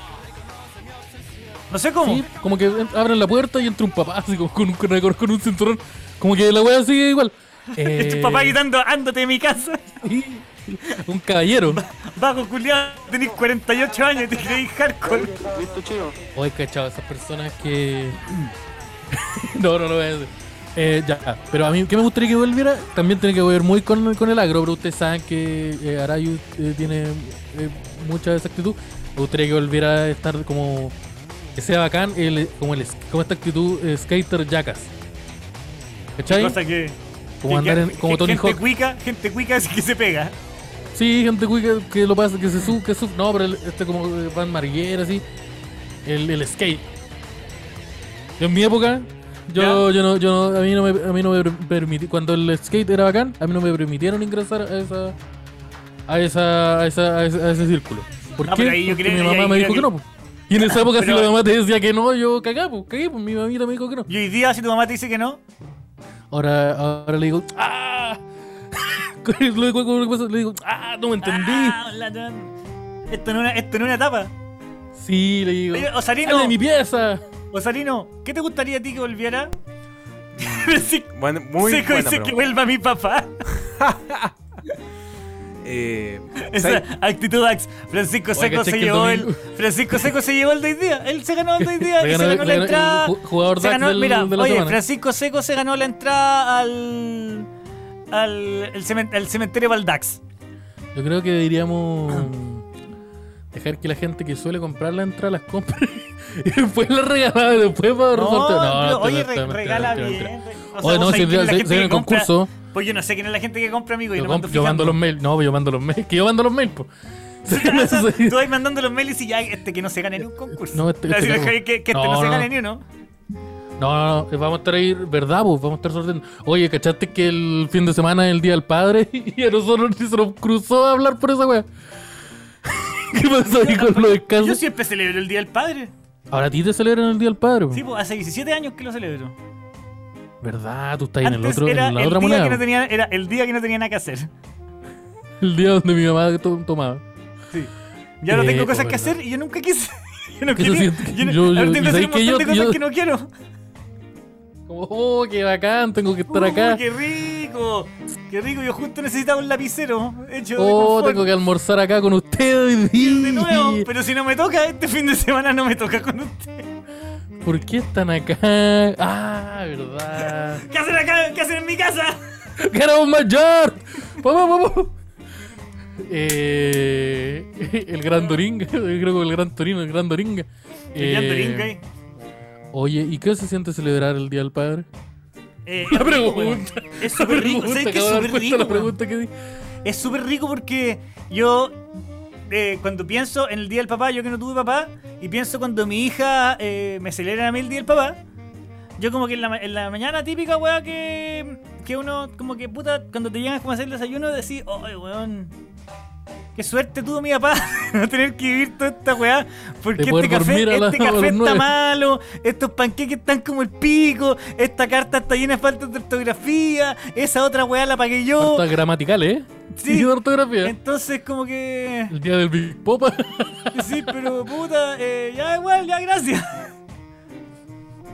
No sé cómo. Sí, como que en- abren la puerta y entra un papá así como con un récord, con un cinturón. Como que la wea sigue igual. Eh, Tu papá gritando, ándate de mi casa. un caballero. Bajo culiado, tenés cuarenta y ocho años y te creís hardcore. Oye, cachado, esas personas que. no, no lo voy a decir. Eh, ya, pero a mí, ¿qué me gustaría que volviera? También tiene que ver muy con, con el agro, pero ustedes saben que eh, Arayu eh, tiene eh, mucha exactitud. Me gustaría que volviera a estar como. Que sea bacán, el, como, el, como esta actitud eh, skater jackass. ¿Cachai? Cosa que. Como que- andar en- que- como Tony gente Hawk. cuica, gente cuica es que se pega. Sí, gente cuica que lo pasa, que se sube, que sube. No, pero el- este como eh, Van Marguera, así. El, el skate. Yo en mi época, yo, yo no, yo no, a mí no me, a mí no me permití, cuando el skate era bacán, a mí no me permitieron ingresar a esa, a esa, a esa, a ese, a ese círculo. ¿Por No, qué? pero ahí yo Porque creo- mi ahí mamá me creo dijo que, que- no. Po. Y en esa época Pero- si la mamá te decía que no, yo cagá, pues, cagué, pues mi mamita me dijo que no. Y hoy día, si tu mamá te dice que no, Ahora, ahora le digo, ¡ah! le, digo, le digo, ¡ah! No me entendí. ah, ladrón. Esto no es una, esto no es una etapa. Sí, le digo, Oye, Osarino. ¡sale de mi pieza! Osarino, ¿qué te gustaría a ti que volviera? Sí, Bueno, muy Seco buena dice que pregunta. vuelva mi papá. Eh, Esa ¿sabes? actitud Ax. Francisco Oye, Seco ¿cachai se que el llevó el. domingo- Francisco Seco se llevó el de hoy día. Él se ganó el de hoy día. Se y ganó- se ganó se la ganó el entrada. ju- jugador se Dax ganó, del- mira, de la oye, semana. Francisco Seco se ganó la entrada al. al. el cemen- al cementerio Valdax. Yo creo que deberíamos dejar que la gente que suele comprar la entrada las compre y después la regala, después para No, sorteo. pero, esto oye, no, re- esto no, regala esto no, bien. esto no. O sea, Oye, no, vos si sabés quién es la se- gente se viene que el compra. concurso. Pues yo no sé quién es la gente que compra, amigo. Yo, Yo, lo mando comp- yo mando fijando. los mails. No, yo mando los mails. Que yo mando los mails, pues. Tú vas mandando los mails y ya este que no se gane ni un concurso. No, este- Le vas a este decir, no. Javi, que, que este No, no, se no. gane ni uno. No, no, no, vamos a estar ahí, ¿verdad? Pues vamos a estar sorteando. Oye, ¿cachaste que el fin de semana es el Día del Padre? Y a nosotros ni se nos cruzó a hablar por esa wea. ¿Qué pasó ahí con los Yo descansos? siempre celebro el Día del Padre. Ahora a ti te celebran el Día del Padre, po. Sí, pues hace diecisiete años que lo celebro. ¿Verdad? Tú estás ahí en el Antes otro, era en la el otra día moneda. que no tenía, era el día que no tenía nada que hacer. El día donde mi mamá to- tomaba. Sí. Yo ahora Eh, tengo cosas oh, que verdad. hacer y yo nunca quise. Yo no ¿Qué se quería. siente? Yo, no- Yo- ahora yo- tengo que ¿y hacer sabes un que montón yo- de cosas yo- que no quiero. Como, oh, qué bacán, tengo que estar Uh, acá. ¡Qué rico! ¡Qué rico! Yo justo necesitaba un lapicero hecho de Oh, confort. tengo que almorzar acá con ustedes. De nuevo, pero si no me toca, este fin de semana no me toca con usted. ¿Por qué están acá? Ah, verdad. ¿Qué hacen acá? ¿Qué hacen en mi casa? ¡Queremos mayor! ¡Vamos, vamos! Eh, el gran Doringa, yo creo que el gran Torino, el gran Doringa. El Jan Eh, Doringa ahí. Oye, ¿y qué se siente celebrar el Día del Padre? Eh, La es rico, pregunta. weón. Es súper rico. ¿Sabes qué? Es acabo de dar súper cuenta rico. la weón. pregunta que di. Es súper rico porque yo, eh, cuando pienso en el Día del Papá, yo que no tuve papá, y pienso cuando mi hija eh, me celebra a mí el Día del Papá, yo como que en la, ma- en la mañana típica, weá, que, que uno, como que puta, cuando te llegas como a hacer el desayuno, decís, oye, weón, qué suerte tuvo mi papá no tener que vivir toda esta weá, porque De este poder café, dormir a la- este a las café está nueve. malo, estos panqueques están como el pico, esta carta está llena de faltas de ortografía, esa otra weá la pagué yo. Faltas gramaticales, ¿eh? Sí. Y de ortografía. Entonces, como que. El día del Big Popa. Sí, pero puta, eh, ya igual, ya gracias.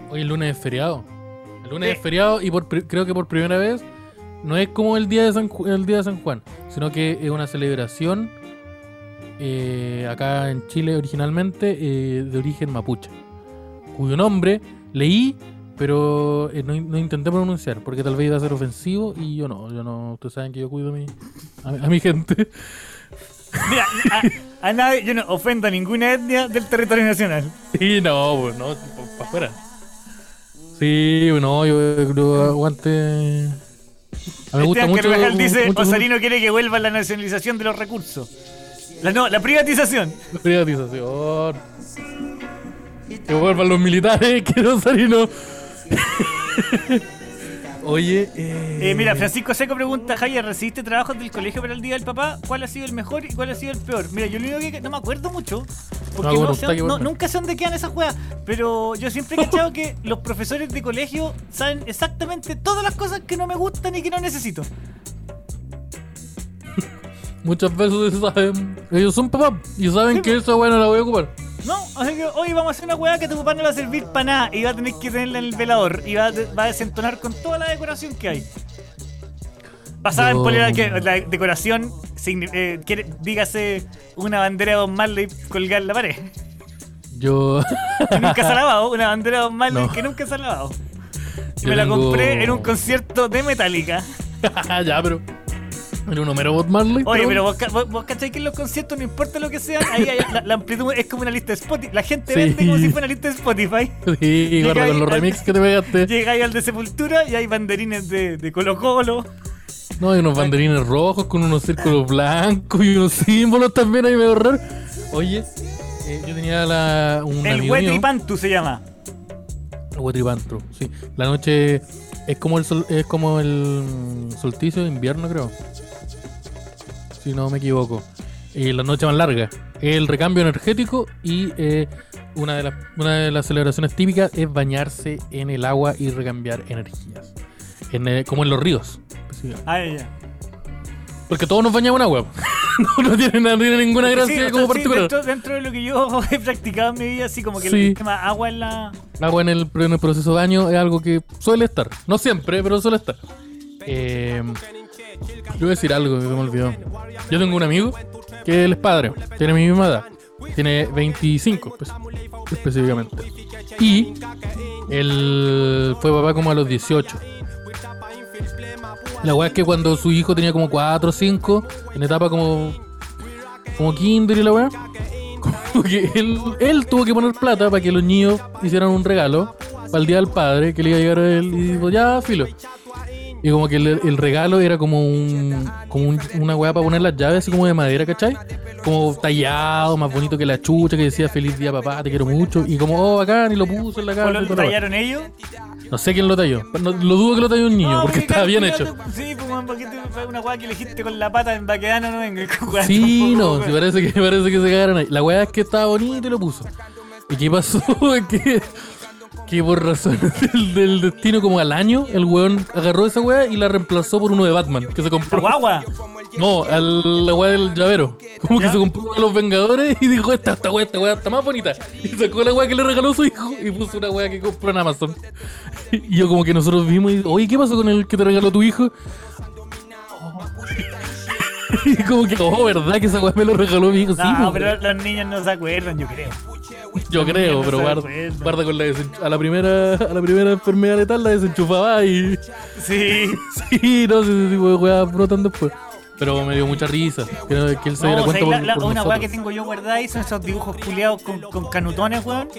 Hoy el lunes es feriado. El lunes Sí. es feriado y por, pri- creo que por primera vez no es como el día de San, Ju- el día de San Juan, sino que es una celebración eh, acá en Chile originalmente eh, de origen mapuche, cuyo nombre leí, pero eh, no, no intenté pronunciar porque tal vez iba a ser ofensivo y yo no, yo no. Ustedes saben que yo cuido a mi, a, mi- a mi gente. Mira, a, a nadie, yo no ofendo a ninguna etnia del territorio nacional. Sí, no, pues no, para afuera. Sí, no, yo creo aguante. A mí me gusta Esteban mucho. Carvajal dice, mucho- Osarino quiere que vuelva la nacionalización de los recursos. La, no, la privatización. La privatización. Que vuelvan los militares, que no Sarino. Oye, eh... Eh, mira, Francisco Seco pregunta, Javier, ¿recibiste trabajos del colegio para el Día del Papá? ¿Cuál ha sido el mejor y cuál ha sido el peor? Mira, yo lo único que no me acuerdo mucho, porque No, bueno, no sé- está que no- bueno. nunca sé dónde quedan esas juegas, pero yo siempre he cachado que los profesores de colegio saben exactamente todas las cosas que no me gustan y que no necesito. muchas veces saben. Ellos son papás y saben Sí, que po. esa weá no la voy a ocupar. No, así que hoy vamos a hacer una hueá que a tu papá no le va a servir para nada y va a tener que tenerla en el velador y va a, va a desentonar con toda la decoración que hay. Basada en Yo- polera, que la decoración, signi- eh, quiere- dígase una bandera de Don Marley colgada en la pared. Yo. Que nunca se ha lavado, una bandera de Don Marley No. que nunca se ha lavado. Yo Me la tengo- compré en un concierto de Metallica. ya, pero. Era un Homero Bob Marley. Oye, pero vos, ca- vos, vos cachai que en los conciertos, no importa lo que sean, ahí hay- la, la amplitud es como una lista de Spotify. La gente Sí. vende como si fuera una lista de Spotify. Sí, guarda Llega con los ahí- remixes que te pegaste. Llega ahí al de Sepultura y hay banderines de, de Colo Colo. No, hay unos banderines rojos con unos círculos blancos y unos símbolos también ahí medio raros. Oye, eh, yo tenía la, un El amigo mío. Huetripantu se llama. Huetripantro, sí. La noche es como el sol- es como el mm, solsticio de invierno, creo. Si no me equivoco. Y la noche más larga. El recambio energético y eh, una, de las, una de las celebraciones típicas es bañarse en el agua y recambiar energías. En, eh, como en los ríos. Sí. Ah, ya. Porque todos nos bañamos en agua. no, no tiene, no tiene ninguna gracia Sí, o sea, como sí, particular. dentro, dentro de lo que yo he practicado en mi vida, así como que Sí. el tema agua en la. Agua en el, en el proceso de baño es algo que suele estar. No siempre, pero suele estar. Eh, yo voy a decir algo que se me olvidó. Yo tengo un amigo que él es padre. Tiene mi misma edad. Tiene veinticinco, pues, específicamente. Y él fue papá como a los dieciocho. La weá es que cuando su hijo tenía como cuatro o cinco, en etapa como como kinder y la weá, como que él, él tuvo que poner plata para que los niños hicieran un regalo para el día del padre que le iba a llegar a él y dijo, ya, filo. Y como que el, el regalo era como un como un- una weá para poner las llaves así como de madera, ¿cachai? Como tallado, más bonito que la chucha, que decía feliz día papá, te quiero mucho. Y como, oh, bacán, y lo puso en la ¿O casa. lo y toda la weá. tallaron ellos? No sé quién lo talló. No, lo dudo que lo talló un niño, No, porque porque estaba bien claro, hecho. Sí, pues man, porque te- fue una weá que elegiste con la pata en baquedano, no venga. Sí, no, sí parece que parece que se cagaron ahí. La weá es que estaba bonito y lo puso. ¿Y qué pasó? que, que por razones del, del destino, como al año, el weón agarró esa weá y la reemplazó por uno de Batman, que se compró. Guagua. No, al, la weá del llavero. Como que ¿Ya? se compró uno de los Vengadores y dijo, esta, esta weá, esta weá está más bonita. Y sacó la weá que le regaló su hijo y puso una weá que compró en Amazon. Y yo como que nosotros vimos y, oye, ¿qué pasó con el que te regaló tu hijo? Y como que, oh, ¿verdad que esa weá me lo regaló mi hijo? Sí, No, pues, pero los niños no se acuerdan, yo creo. yo creo, no pero se guarda, acuerdan. guarda con la desench- a la primera a la primera enfermedad letal la desenchufaba y Sí. sí, no sé, ese tipo de weá brotan después. Pero me dio mucha risa que, que él se diera No, o cuenta sea, por, la- la- por una weá nosotros. que tengo yo guardada ahí son esos dibujos culiados con, con canutones, weón.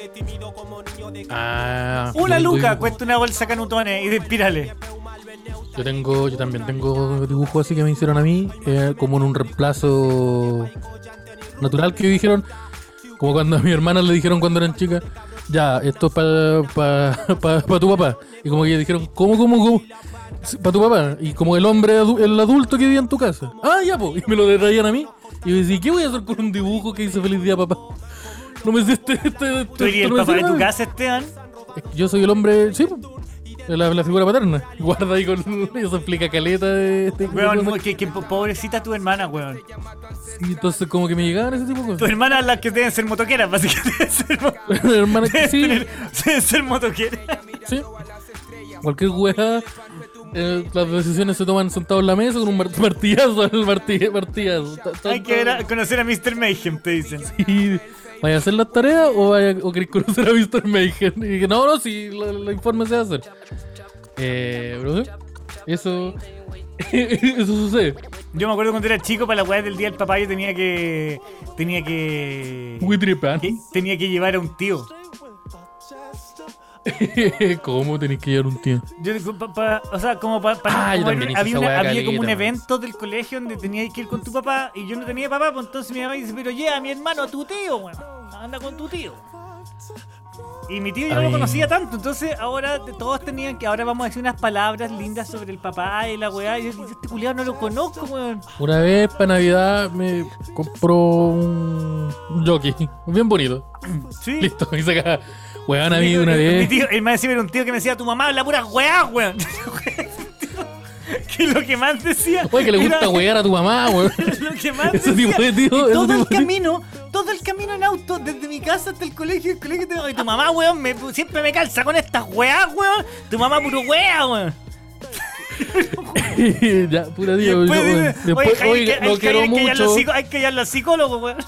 Ah, yo Una tengo luca dibujo- cuesta una bolsa de canutones y de espirales. Yo tengo, yo también tengo dibujos así que me hicieron a mí, eh, como en un reemplazo natural que dijeron, como cuando a mi hermana le dijeron cuando eran chicas, ya, esto es para pa, pa, pa tu papá. Y como que dijeron, ¿cómo, cómo, cómo? Para tu papá. Y como el hombre, adu- el adulto que vive en tu casa. Ah, ya, pues. Y me lo traían a mí. Y yo decía, ¿qué voy a hacer con un dibujo que dice feliz día, papá? No me sé este, este, este, ¿Tú eres esto el no me papá sé de tu nada. casa, Esteban? Yo soy el hombre, sí, po. La, la figura paterna. Guarda ahí con. Eso explica caleta de este. Weón, de muy- cosas. que, que pobrecita tu hermana, weón. Y entonces, como que me llegaban ese tipo de Tu cosas. hermana es la que deben ser motoqueras, básicamente. Deben ser, mo- Hermana, deben sí, tener- deben ser motoqueras. sí. Cualquier weá. Eh, las decisiones se toman sentados en la mesa con un mar- martillazo. El martillazo. martillazo. Ta- ta- Hay que ver a- conocer a mister Mayhem, te dicen. Y ¿vaya a hacer las tareas o, vaya, o queréis conocer a mister Mayhem? Y dije, no, no, si la, la informe se va a hacer. Eh, bro, eso. Eso sucede. Yo me acuerdo cuando era chico, para la weá del día del papá, yo tenía que. Tenía que. Muy tripan. que- tenía que llevar a un tío. ¿Cómo tenéis que llevar un tío? Yo, pa- pa- o sea, como para. Ah, yo también hice había esa una- weá había como un caleta, evento del colegio donde tenías que ir con tu papá y yo no tenía papá, pues entonces mi mamá dice: pero lleva a mi hermano, a tu tío, weón. Anda con tu tío. Y mi tío yo A no lo mí- conocía tanto, entonces ahora te- todos tenían que. Ahora vamos a decir unas palabras lindas sobre el papá y la weá. Y yo, este culiado no lo conozco, weón. Una vez para Navidad me compró un, un jockey, bien bonito. Sí. Listo, y se acaba. Weón, a mí una Mi vez. tío, el más encima era un tío que me decía: tu mamá habla pura weá, weón. Que lo que más decía. Oye, que le gusta era- wear a tu mamá, weón. Lo que más Ese decía, tipo de tío, y ese todo tipo el de tío. camino, todo el camino en auto, desde mi casa hasta el colegio, el colegio te- y tu mamá, weón, me, siempre me calza con estas weas, weón. Tu mamá puro wea, weón. Ya, pura Y tío. Yo, después weón, dice, después, oye, hay oye, que- hay lo que- quiero hay que ir a los mucho. psico- hay que ir a los psicólogos, weón.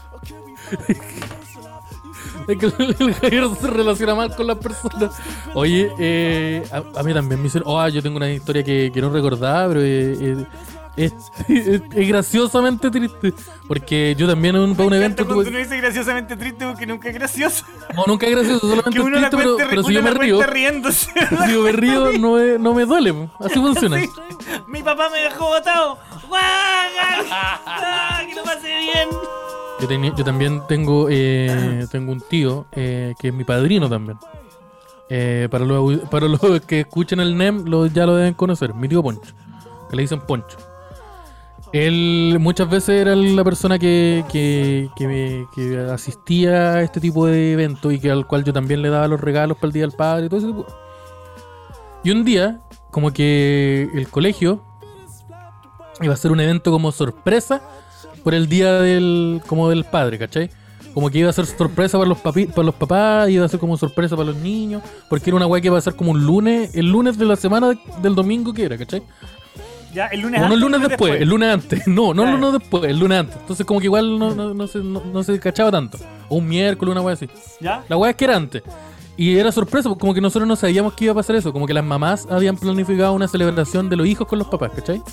Es que el Javier se relaciona mal con las personas. Oye, eh, a, a mí también me hicieron. Oh, yo tengo una historia que, que no recordaba, pero eh, eh, es, es, es graciosamente triste. Porque yo también en un, para un Me evento encanta cuando tuve. uno dice graciosamente triste porque nunca es gracioso. No, nunca es gracioso, solamente Que es uno la triste, pero, cuente, pero si uno yo me la río. cuente riéndose. Si yo me río, no me, no me duele. po. Así funciona. Sí. Mi papá me dejó botado. ¡Guau! ¡Ah, que lo pasé bien! Yo, tenía- yo también tengo eh, tengo un tío eh, que es mi padrino también. Eh, para, los, para los que escuchen el N E M, lo, ya lo deben conocer. Mi tío Poncho, que le dicen Poncho. Él muchas veces era la persona que, que, que, me- que asistía a este tipo de eventos y que al cual yo también le daba los regalos para el Día del Padre y todo ese tipo. Y un día, como que el colegio iba a hacer un evento como sorpresa por el día del como del padre, ¿cachai? Como que iba a ser sorpresa para los papi, para los papás, iba a ser como sorpresa para los niños, porque era una weá que iba a ser como un lunes, el lunes de la semana de- del domingo que era, ¿cachai? Ya, el lunes O no el antes, lunes después, el lunes antes. No, no el Claro. lunes después, el lunes antes. Entonces como que igual no, no, no se, no, no se cachaba tanto. O un miércoles, una weá así. ¿Ya? La weá es que era antes. Y era sorpresa, porque como que nosotros no sabíamos que iba a pasar eso. Como que las mamás habían planificado una celebración de los hijos con los papás, ¿cachai?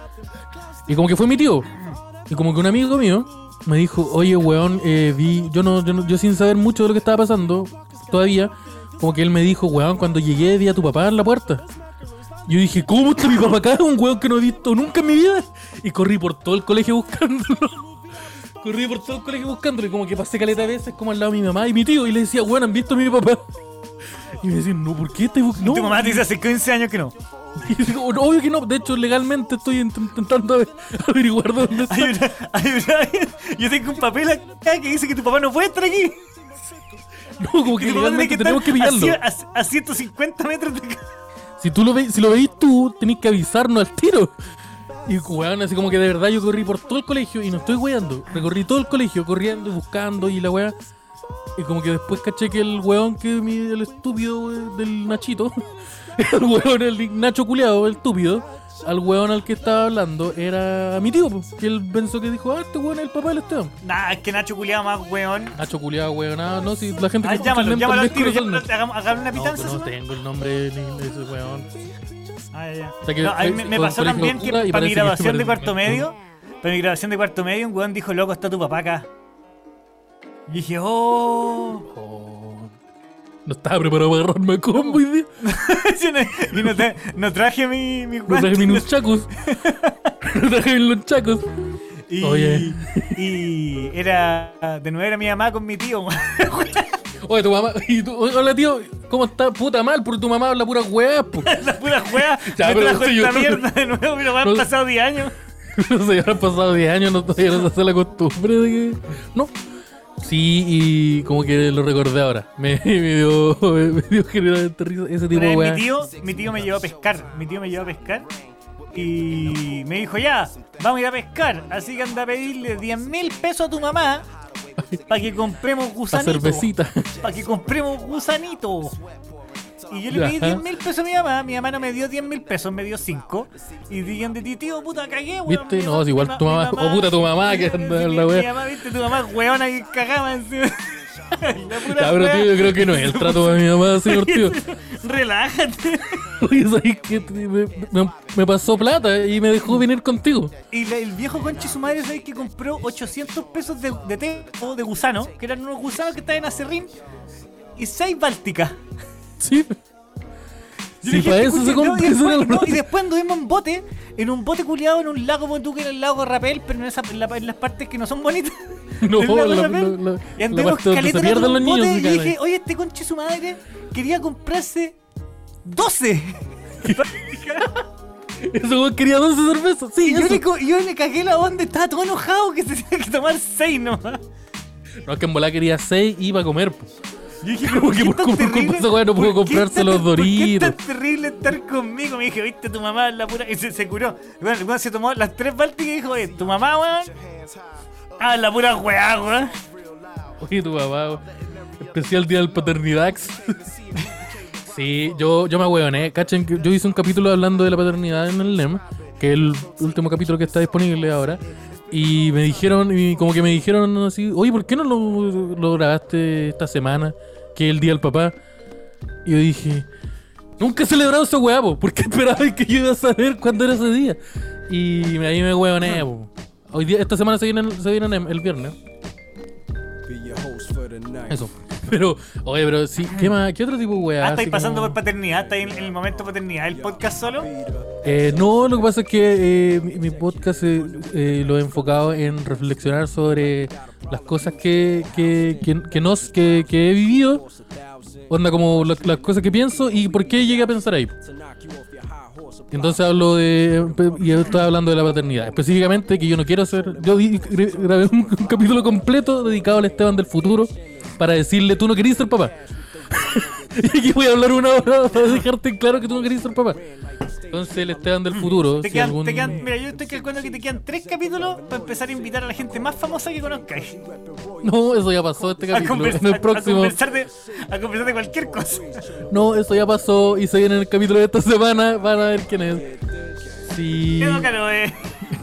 Y como que fue mi tío. Y como que un amigo mío me dijo, oye, weón, eh, vi, yo no, yo no, yo sin saber mucho de lo que estaba pasando todavía, como que él me dijo, weón, cuando llegué vi a tu papá en la puerta. Yo dije, ¿cómo está mi papá acá? Un weón que no he visto nunca en mi vida. Y corrí por todo el colegio buscándolo. Corrí por todo el colegio buscándolo. Y como que pasé caleta de veces como al lado de mi mamá y mi tío. Y le decía, weón, ¿han visto a mi papá? Y me decían, no, ¿por qué estoy buscando? Tu mamá te dice hace quince años que no. Y digo, obvio que no. De hecho, legalmente estoy int- intentando ave- averiguar dónde está. Hay una, hay una- yo tengo un papel acá que dice que tu papá no puede estar aquí. No, como Que que tu papá tiene legalmente que tenemos que estar a, pillarlo. cien- a- a ciento cincuenta metros de acá. Si tú lo veis, si lo veis tú, tenés que avisarnos al tiro. Y weón, así como que de verdad yo corrí por todo el colegio y no estoy weando. Recorrí todo el colegio corriendo y buscando y la weá. Y como que después caché que el weón que mi, el estúpido we- del Nachito, el weón, el Nacho culeado, el estúpido, al weón al que estaba hablando era mi tío, po, que él pensó que dijo, ah, este weón es el papá del Esteban. Nah, es que Nacho culiado más weón. Nacho culeado, weón, ah, no, si la gente que Ay, escucha el llámalo, N E M llámalo al también tiro, conoce al llámalo, N E M. hagamos, hagamos una No, pitanza. pero no ¿sí? tengo el nombre ni de ese weón. Ah, ya, ya. O sea que No, a mí fue- me, me con pasó colegio también cura que y para mi parece que grabación de parece- cuarto medio, para mi grabación de cuarto medio, un weón dijo, loco, está tu papá acá. Y dije, oh. Oh, no estaba preparado para agarrarme a combo hoy día. Yo no, y no, te- no traje mi, mi No traje guante, mis no- nunchakus. No traje mis nunchakus. y, Oye. y era, de nuevo era mi mamá con mi tío. Oye, tu mamá. Y tu, hola, tío. ¿Cómo estás? Puta mal, porque tu mamá habla pura weá, po. La pura juega, Ya, me pero trajo sí, esta yo- mierda de nuevo, pero me han no- pasado diez años. No sé, ya han pasado diez años, no todavía no se hace la costumbre de que. No. Sí, y como que lo recordé ahora. Me, me dio, me dio genuinamente risa ese tipo Una de vez weá. mi tío, mi tío me llevó a pescar. Mi tío me llevó a pescar. Y me dijo, ya, vamos a ir a pescar. Así que anda a pedirle diez mil pesos a tu mamá para que compremos La gusanitos. cervecita. Para que compremos gusanitos. Y yo le Ya. pedí diez mil pesos a mi mamá. Mi mamá no me dio diez mil pesos, me dio cinco. Y digan de ti, tío, puta, cagué, weón. ¿Viste? Mi No, mamá- si igual mi tu mi mamá- o puta tu mamá que anda en la mi, wea. mi mamá, viste, tu mamá weona que cagaba encima. La pura Ya, pero wea. tío, yo creo que no es el trato de mi mamá, señor tío. Relájate. Oye, ¿sabes qué? Me, me- me pasó plata y me dejó venir contigo. Y la- el viejo conche su madre, ¿sabes que compró ochocientos pesos de, de té o de gusano? Que eran unos gusanos que estaban en acerrín. Y seis bálticas. Sí. Yo Si dije, para este eso culiao- se no, compra. y, eso era después, lo- no, y después anduvimos en bote, en un bote culiado en un lago, como tú que era el lago Rapel, pero en, esa, en, la- en las partes que no son bonitas. No, El lago la, Rapel. la, la, Y la anduvimos parte donde caleta se rato pierden en los un niños. bote se y cagan dije, ahí. oye, este conche su madre quería comprarse doce. Ese weón quería doce cervezas. Sí, Y yo eso. le, co- yo le cagué la onda, estaba todo enojado que se tenía que tomar seis nomás. No, es que en volá quería seis y iba a comer. Po. Yo dije, Como ¿por que qué por tan culpa de terrible? esa weá no pudo ¿Por qué comprarse tan- los ¿Por qué Doritos? es tan terrible estar conmigo? Me dije, viste, tu mamá es la pura... Y se, se curó. Bueno, el weón se tomó las tres bálticas y dijo, oye, tu mamá, weón... Ah, la pura weá, weón. Oye, tu papá, weón. Especial día del paternidad. Sí, yo, yo me ahueoné. Cachen, que yo hice un capítulo hablando de la paternidad en el N E M, que es el último capítulo que está disponible ahora. Y me dijeron, y como que me dijeron así, oye, ¿por qué no lo, lo grabaste esta semana? Que es el día del papá. Y yo dije, nunca he celebrado esa weá, po. ¿Por qué esperaba que yo iba a saber cuándo era ese día? Y me- ahí me hueoné, po. Hoy día, esta semana se viene, se viene el viernes. Eso. Pero, oye, pero sí, ¿qué más? ¿Qué otro tipo de weá? Ah, estáis Así pasando como- por paternidad, estáis en, en el momento de paternidad. ¿El podcast solo? Eh, no, lo que pasa es que eh, mi, mi podcast eh, eh, lo he enfocado en reflexionar sobre las cosas que, que, que, que, nos, que, que he vivido, onda como la- las cosas que pienso y por qué llegué a pensar ahí. Entonces hablo de... y yo estaba hablando de la paternidad. Específicamente que yo no quiero hacer... Yo di- gra- grabé un, un capítulo completo dedicado al Esteban del futuro para decirle, tú no querías ser papá. Y aquí voy a hablar una hora para dejarte en claro que tú no querías ser papá. Entonces el Esteban del futuro... Te si quedan, algún- te quedan, mira, yo estoy calculando que te quedan tres capítulos para empezar a invitar a la gente más famosa que conozcáis. No, eso ya pasó este A, capítulo. convers- En el a- a próximo... conversar de, a conversar de cualquier cosa. No, eso ya pasó y se viene en el capítulo de esta semana. Van a ver quién es. Sí. Qué bacano, eh.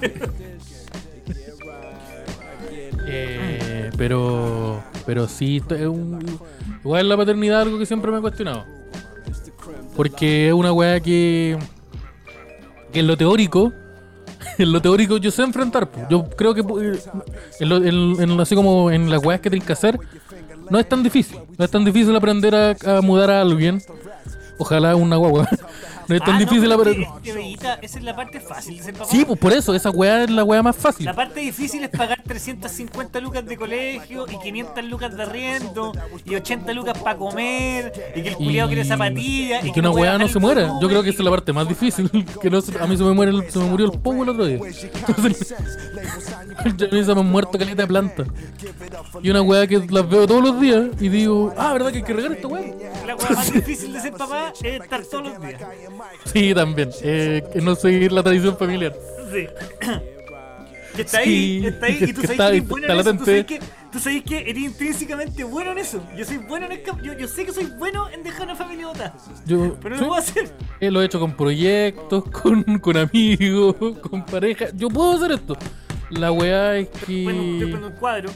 Eh, pero, pero sí, esto es un, igual la paternidad es algo que siempre me he cuestionado. Porque es una weá que, que en lo teórico, en lo teórico yo sé enfrentar. Po. Yo creo que eh, en, lo- en- en- así como en las weas que tienes que hacer, no es tan difícil. No es tan difícil aprender a, a mudar a alguien. Ojalá una guagua. No es tan Ah, difícil no, pero aprender. es que, Bellita, esa es la parte fácil de ser papá. Sí, pues por eso, esa weá es la weá más fácil. La parte difícil es pagar trescientas cincuenta lucas de colegio y quinientas lucas de arriendo y ochenta lucas para comer y que el culiado quiere zapatillas y que una puede weá bajar no el se muera. volumen. Yo creo que esa es la parte más difícil. Que no se- a mí se me muere el- se me murió el pogo el otro día. Entonces, ya a mí se me han muerto caleta de planta. Y una weá que las veo todos los días y digo, ah, ¿verdad que hay que regar esta weá? La weá más difícil de ser papá es estar todos los días. Sí, también. Eh, que no seguir la tradición familiar. Sí. Que está Sí, ahí, está ahí, y tú que sabes está- que eres bueno está en eso. Tú sabes latente. que, tú sabes que eres intrínsecamente bueno en eso. Yo soy bueno en el campo. Yo, yo sé que soy bueno en dejar una familia botada. Yo Pero no sí, lo puedo hacer. eh, lo he hecho con proyectos, con, con amigos, con pareja. Yo puedo hacer esto. La weá es Bueno, estoy que. poniendo un cuadro.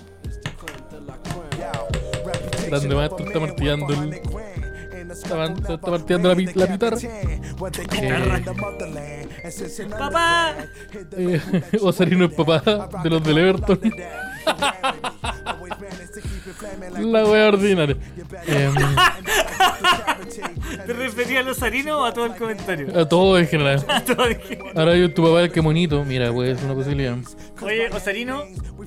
Grande maestro está martillando el. Está, man- se está martillando la, pi- la guitarra. ¡Papá! Eh, Osarino es papá de los del Everton. La wea ordinaria. Em, ¿Te referías a los harinos o a todo el comentario? a todo en general. A todo el que- Ahora yo tu papá, qué bonito. Mira, pues es una posibilidad. Oye, Osarino,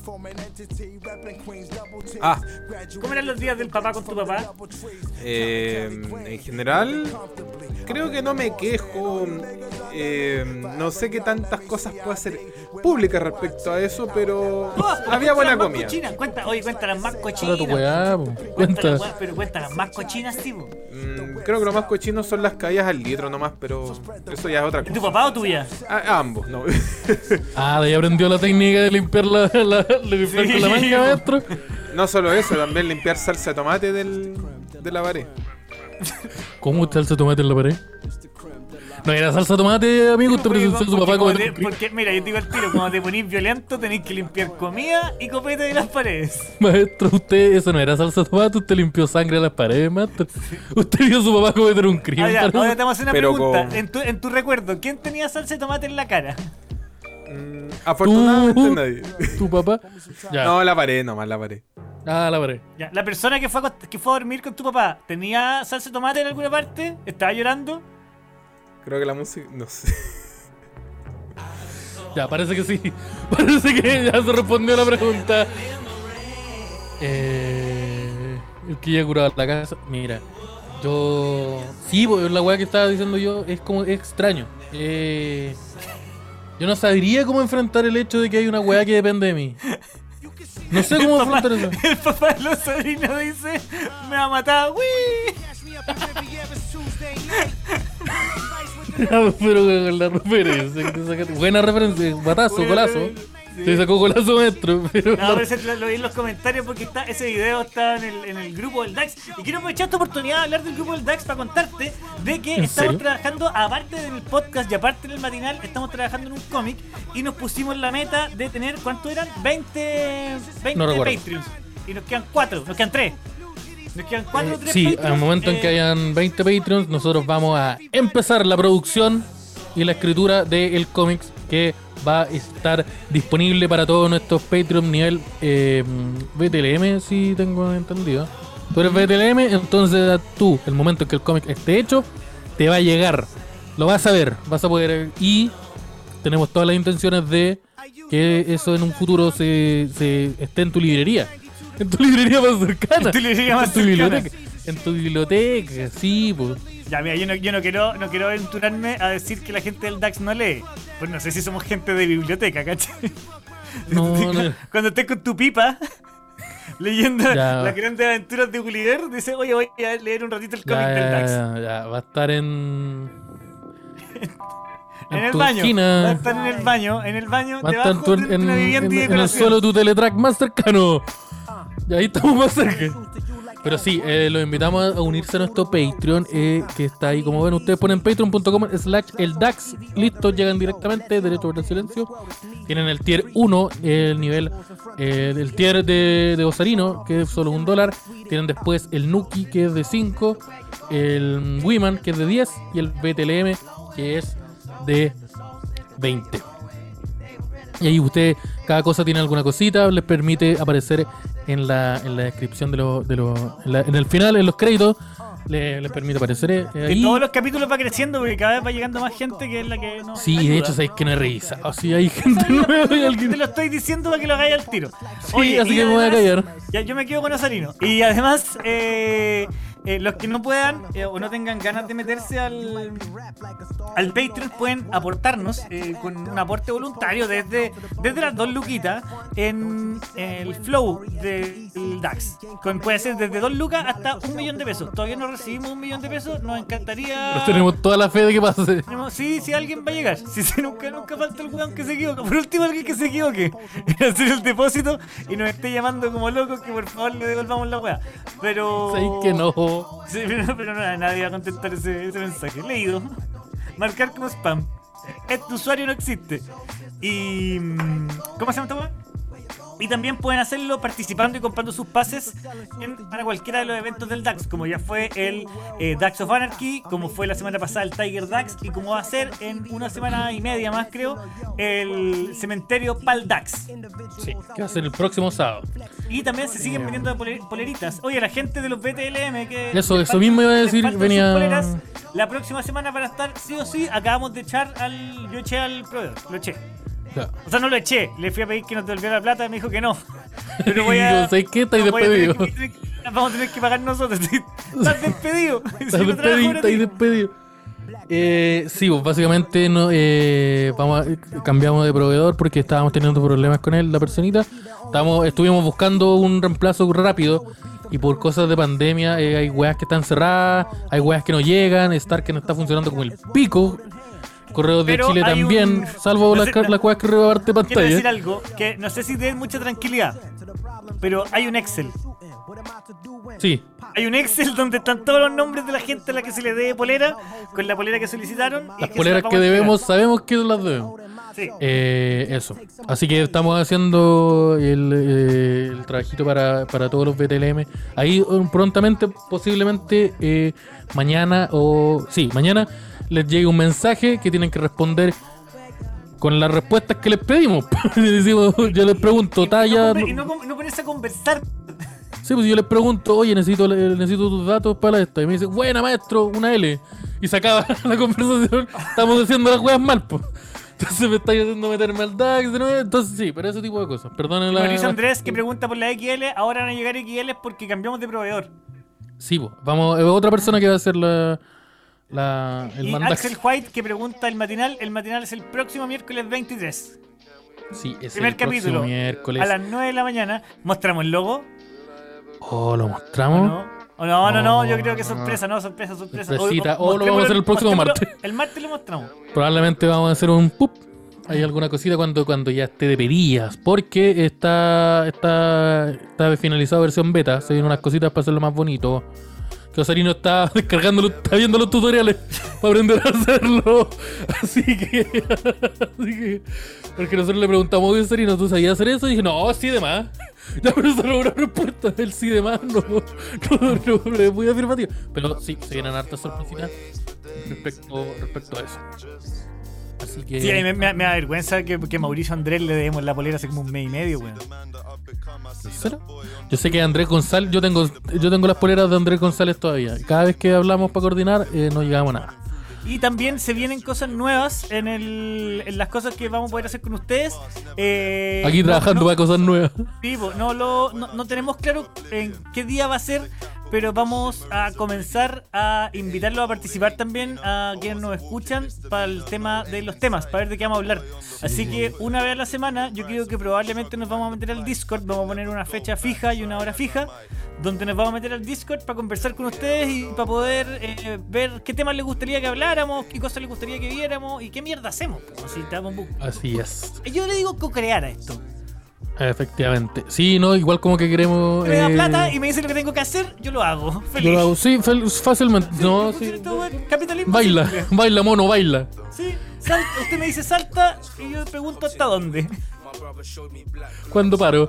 Ah, ¿cómo eran los días del papá con tu papá? eh, en general, creo que no me quejo. Eh, no sé qué tantas cosas puedo hacer públicas respecto a eso, pero Oh, había buena las más comida. cochinas. Cuenta, oye, cuenta las más Puta cochinas. tu weá, po. Cuenta Cuenta. las weas, pero cuenta las más cochinas, sí, po. Mm, creo que lo más cochino son las caídas al litro nomás, pero eso ya es otra ¿Tu cosa. papá o tuya? A- ambos, no. Ah, de ahí aprendió la técnica de limpiar la, la, de limpiar Sí. con la manga, maestro. No solo eso, también limpiar salsa de tomate del, de la pared. ¿Cómo está salsa de tomate en la pared? No era salsa de tomate, amigo. Usted Porque- presentó a su porque papá como. como te- Porque, mira, yo te digo al tiro, cuando te ponís violento tenéis que limpiar comida y copete de las paredes. Maestro, usted, eso no era salsa de tomate. Usted limpió sangre a las paredes, maestro. Usted vio a su papá cometer un crimen. Ahora, parece. ahora te vamos a hacer una Pero pregunta. con- En, tu, en tu recuerdo, ¿quién tenía salsa de tomate en la cara? Mm, afortunadamente Tú, nadie. tu papá. Ya. No, la pared, nomás la pared. Ah, la pared. Ya, la persona que fue, a, cost- que fue a dormir con tu papá, ¿tenía salsa de tomate en alguna parte? ¿Estaba llorando? Creo que la música, no sé. Ya, parece que sí. Parece que ya se respondió la pregunta. Eh, el que ya curado la casa. Mira, yo. Sí, pues la weá que estaba diciendo yo es como es extraño. Eh, yo no sabría cómo enfrentar el hecho de que hay una weá que depende de mí. No sé cómo El papá, enfrentar eso. el papá de los sobrinos dice: me va a matar, ¡Wii! Pero con la referencia. que te sacaste- Buena referencia. Batazo, golazo. Se sacó golazo, maestro. Pero No, pero ese lo, lo vi en los comentarios porque está, ese video está en el, en el grupo del DAX. Y quiero aprovechar esta oportunidad de hablar del grupo del DAX para contarte de que ¿En estamos serio? trabajando, aparte del podcast y aparte del matinal, estamos trabajando en un cómic y nos pusimos la meta de tener, ¿cuánto eran? veinte, veinte No recuerdo. Patreons. Y nos quedan cuatro, nos quedan tres. Nos quedan cuatro o Eh, tres sí, Patreons. al momento en que Eh, hayan veinte Patreons, nosotros vamos a empezar la producción y la escritura del cómic que va a estar disponible para todos nuestros Patreons nivel eh, B T L M, si tengo entendido. Tú eres B T L M, entonces tú, el momento en que el cómic esté hecho, te va a llegar. Lo vas a ver, vas a poder. Y tenemos todas las intenciones de que eso en un futuro se, se esté en tu librería. En tu librería más cercana. En tu librería más En tu cercana. biblioteca. En tu biblioteca, sí, pues. Ya, mira, yo no, yo no quiero no quiero aventurarme a decir que la gente del DAX no lee. Pues no sé si somos gente de biblioteca, ¿cachai? No, no. Cuando estés con tu pipa leyendo Ya. las grandes aventuras de Gulliver, dice, oye, voy a leer un ratito el cómic Ya, del ya, DAX. ya, ya, va a estar en. En el tu baño. esquina. Va a estar en el baño, en el baño, Va a estar debajo tú en, de una en- vivienda en- y en el decoración. suelo de tu teletrack más cercano. Y ahí estamos más cerca. Pero sí, eh, los invitamos a unirse a nuestro Patreon, eh, que está ahí, como ven, ustedes ponen patreon punto com slash el DAX, listo, llegan directamente, derecho por el silencio. Tienen el tier uno, el nivel, eh, el tier de, de Osarino, que es solo un dólar. Tienen después el Nuki, que es de cinco, el Wiman, que es de diez, y el B T L M, que es de veinte. Y ahí usted, cada cosa tiene alguna cosita, les permite aparecer en la, en la descripción de los, de los en, la- en el final, en los créditos, le- les permite aparecer eh, Que ahí. todos los capítulos va creciendo porque cada vez va llegando más gente que es la que no. Sí, de ayuda. hecho, sabéis que no he revisado. Si hay gente nueva y Te alguien. lo estoy diciendo para que lo hagáis al tiro. Sí, así y que me voy a además- callar. Ya, yo me quedo con Osarino. Y además, eh, eh, los que no puedan eh, o no tengan ganas de meterse al, al Patreon pueden aportarnos eh, con un aporte voluntario desde, desde las dos luquitas en el flow del DAX. Con, puede ser desde dos lucas hasta un millón de pesos. Todavía no recibimos un millón de pesos. Nos encantaría. Nos tenemos toda la fe de que pase. Tenemos- Sí, sí, alguien va a llegar. Sí, sí, nunca, nunca falta el weón que se equivoque. Por último, alguien que se equivoque en hacer el depósito y nos esté llamando como locos que por favor le devolvamos la weá. Pero. Sabéis que no. Sí, pero, pero no, nadie va a contestar ese, ese mensaje. Leído. Marcar como spam. Este usuario no existe. Y. mm, ¿Cómo se llama esta weá? Y también pueden hacerlo participando y comprando sus pases en- para cualquiera de los eventos del DAX, como ya fue el eh, DAX of Anarchy, como fue la semana pasada el Tiger DAX, y como va a ser en una semana y media más, creo, el cementerio Pal DAX. Sí, que va a ser el próximo sábado. Y también se siguen vendiendo poler- poleritas. Oye, la gente de los B T L M que. Eso, les eso mismo iba a les decir, faltan venía- sus poleras, la próxima semana para estar sí o sí, acabamos de echar al. Yo eché al proveedor, lo eché. Ya. O sea, no lo eché, le fui a pedir que nos devolviera la plata y me dijo que no. Pero voy Y a. yo, ¿sabes qué? Estáis no, voy a tener despedido. que- Vamos a tener que pagar nosotros. Estás despedido. Si Estás no trabajo despedido, para estáis ti. despedido. Eh, sí, pues básicamente no, eh, vamos a- cambiamos de proveedor porque estábamos teniendo problemas con él, la personita. Estábamos, estuvimos buscando un reemplazo rápido y por cosas de pandemia eh, hay weas que están cerradas, hay weas que no llegan, Stark que no está funcionando como el pico. Correos de Pero Chile hay también, un- salvo no las sé, ca- no- las weas que reparte Quiero decir pantalla. algo que no sé si te den mucha tranquilidad, pero hay un Excel. Sí, Hay un Excel donde están todos los nombres de la gente a la que se le debe polera, con la polera que solicitaron. y las que se poleras las que vamos a debemos, sabemos que las debemos. entregar. Sí. Eh, eso. Así que estamos haciendo el, eh, el trabajito para, para todos los B T L M. Ahí eh, prontamente, posiblemente eh, mañana o... Sí, mañana les llegue un mensaje que tienen que responder con las respuestas que les pedimos. Decimos, yo les pregunto, talla... Y no, con- no ponerse a conversar. Sí, pues yo les pregunto, oye, necesito, necesito tus datos para esto. Y me dice, buena maestro, una L. Y se acaba la conversación. Estamos haciendo las weas mal, pues. Entonces me estáis haciendo meter maldad. que se no- Entonces sí, pero ese tipo de cosas. Perdonen la... Mauricio Andrés que pregunta por la X L, ahora van a llegar X L porque cambiamos de proveedor. Sí, pues. Vamos, eh, otra persona que va a hacer la... la el Y mandaje. Axel White que pregunta el matinal, el matinal es el próximo miércoles veintitrés. Sí, es Primer el próximo capítulo. miércoles. A las nueve de la mañana. ¿Mostramos el logo? Oh, lo ¿O mostramos. no? ¿O no, no, no, yo Oh, creo que no. sorpresa, no, sorpresa, sorpresa. Sorpresita. O lo vamos a hacer el mostrémoslo- próximo mostrémoslo- martes. El martes lo mostramos. Probablemente vamos a hacer un pup. Hay alguna cosita cuando, cuando ya esté de perillas. Porque está, está, está finalizado versión beta. Se vienen unas cositas para hacerlo más bonito. Que Osarino está descargándolo, está viendo los tutoriales para aprender a hacerlo. Así que, así que. Porque nosotros le preguntamos, oye Osarino, ¿tú sabías hacer eso? Y dije, no, sí de más. Ya, pero esa no es una respuesta. El sí de más no, no, no, no es muy afirmativo. Pero sí, se vienen hartas sorpresitas respecto, respecto a eso. Así que. Sí, a mí me, me- me da vergüenza que, que Mauricio Andrés le demos la polera hace como un mes y medio, weón. ¿Será? Yo sé que Andrés González, yo tengo, yo tengo las poleras de Andrés González todavía. Cada vez que hablamos para coordinar, eh, no llegamos a nada. Y también se vienen cosas nuevas en, el, en las cosas que vamos a poder hacer con ustedes. Eh, Aquí no- trabajando no- para cosas nuevas. Sí, po, no, lo, no, no tenemos claro en qué día va a ser, pero vamos a comenzar a invitarlos a participar también a quienes nos escuchan para el tema de los temas, para ver de qué vamos a hablar. Así que una vez a la semana, yo creo que probablemente nos vamos a meter al Discord, vamos a poner una fecha fija y una hora fija, donde nos vamos a meter al Discord para conversar con ustedes y para poder eh, ver qué temas les gustaría que habláramos, qué cosas les gustaría que viéramos y qué mierda hacemos. po, si estamos bu- Así es. Yo le digo co-crear a esto. Efectivamente. Sí, no, igual como que queremos. Me da eh, plata y me dice lo que tengo que hacer, yo lo hago. Feliz. yo lo hago. Sí, fel- fácilmente. No, Sí, sí. esto, weón, capitalismo Baila, simple. baila, mono, baila. Sí, salta, usted me dice salta y yo pregunto hasta dónde. ¿Cuándo paro?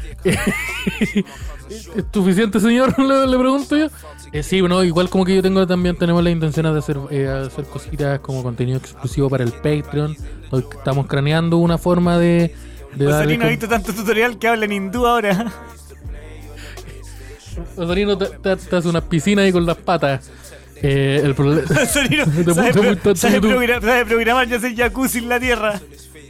¿Es suficiente, señor? Le, le pregunto yo. Eh, sí, bueno, igual como que yo tengo también tenemos la intención de hacer, eh, hacer cositas como contenido exclusivo para el Patreon. Hoy estamos craneando una forma de, de darle Osarino ha con- visto tanto tutorial que habla en hindú ahora. Osarino te, te- te hace unas piscinas ahí con las patas. Eh, el problema. Osarino Te sabe, puse muy pro- tanto sabe, YouTube. progra- sabe programar y hacer jacuzzi en la tierra.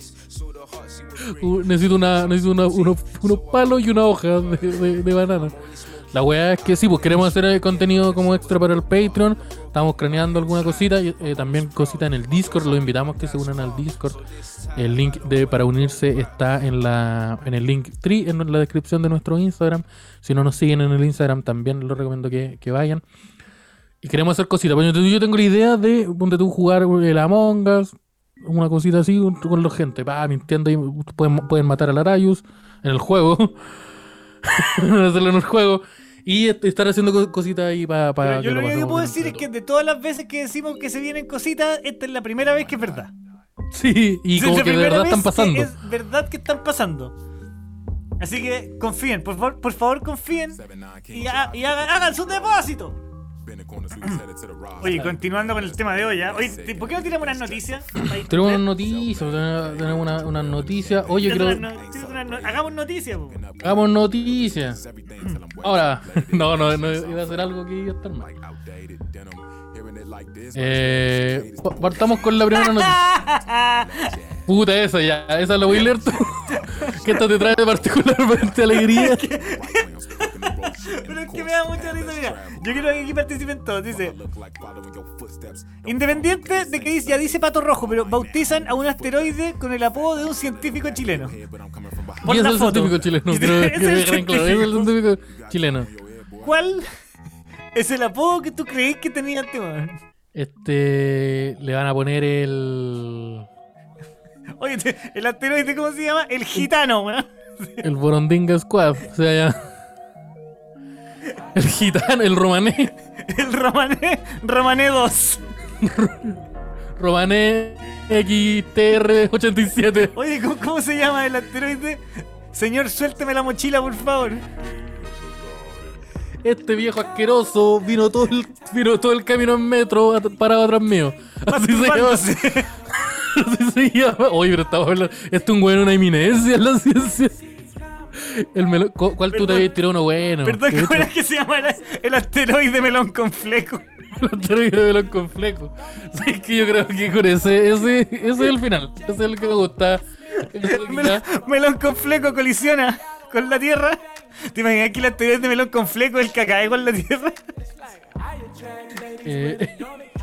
Uh, necesito una, necesito una- unos, unos palos y una hoja de, de- de banana. La weá es que sí, pues queremos hacer eh, contenido como extra para el Patreon. Estamos craneando alguna cosita. Y, eh, también cosita en el Discord. Los invitamos que se unan al Discord. El link de para unirse está en la en el link tree en la descripción de nuestro Instagram. Si no nos siguen en el Instagram, también les recomiendo que, que vayan. Y queremos hacer cositas. Bueno, yo yo tengo la idea de donde tú jugar el Among Us, una cosita así con, con la gente. Va mintiendo y pueden, pueden matar al Arayus en el juego. Hacerlo en el juego. Y est- estar haciendo co- cositas ahí para. Pero yo lo único que puedo decir es que de todas las veces que decimos que se vienen cositas, esta es la primera vez que es verdad. Sí, y Es como la que de primera verdad vez están pasando. que Es verdad que están pasando. Así que confíen, por favor, por favor confíen y, ha- y hagan, hagan su depósito. Oye, continuando con el tema de hoy, ¿ah? Oye, ¿por qué no tiramos unas noticias? Ahí. Tenemos unas noticias, tenemos tenemos una, unas noticias. Oye, Tírate creo. unas no- tírate unas no- Hagamos noticias, po. Hagamos noticias. Ahora, no, no, no iba a hacer algo que iba a estar mal. Eh, pa- partamos con la primera noticia. Puta, esa ya, esa la voy a leer tú. Que esta te trae particularmente alegría. Pero Pero es que me da mucha risa, mira. Yo quiero que aquí participen todos. Dice: independiente de que dice, ya dice Pato Rojo, pero bautizan a un asteroide con el apodo de un científico chileno. Por Y es la el foto. científico chileno. Es Creo el que dejar en claro, es el científico. científico chileno. ¿Cuál es el apodo que tú creís que tenía este weón? Este. Le van a poner el. Oye, te- el asteroide, ¿cómo se llama? El gitano, weón. El Borondinga Squad. O sea, ya. El gitano, el romané. El Romané, Romané dos. Romané X T R ochenta y siete. Oye, ¿cómo, cómo se llama el asteroide? Señor, suélteme la mochila, por favor. Este viejo asqueroso vino todo el, vino todo el camino en metro at- parado atrás mío. Así se llama. Masturbándose. Así se llama. Oye, pero estamos hablando. Este es un bueno, una eminencia en la ciencia. El melo- cu- ¿Cuál tú te Perdón. habías tirado uno bueno? Perdón, De ¿cómo hecho, era que se llama el, el asteroide melón con fleco? el asteroide de melón con fleco. Sí, es que yo creo que con ese, ese, ese es el final. Ese es el que me gusta. Ese es el que Melón, quizá- melón con fleco colisiona con la Tierra. ¿Te imaginas que el asteroide melón con fleco es el que cae con la Tierra? Eh,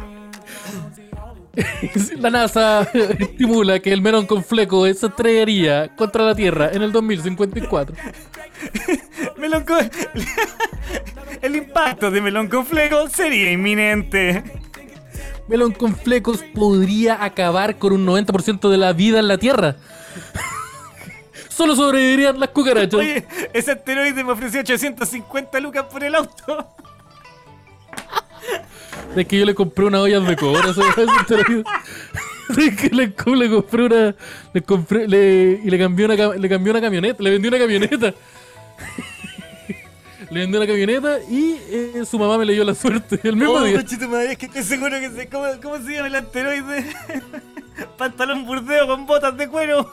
la NASA estimula que el melón con fleco se estrellaría contra la Tierra en el dos mil cincuenta y cuatro. Melón con... El impacto de melón con fleco sería inminente. Melón con flecos podría acabar con un noventa por ciento de la vida en la Tierra. Solo sobrevivirían las cucarachas. Oye, ese asteroide me ofreció ochocientas cincuenta lucas por el auto. Es que yo le compré una olla de cobre a ese- a ese asteroide. Es que le, co- le compré una. Le compré. Le, y le cambié una, cam- le cambié una camioneta. Le vendí una camioneta. Le vendí una camioneta y eh, su mamá me le dio la suerte el mismo Oh, día. conchito madre, es que estoy seguro que sé. ¿Cómo, cómo se llama el asteroide? Pantalón burdeo con botas de cuero.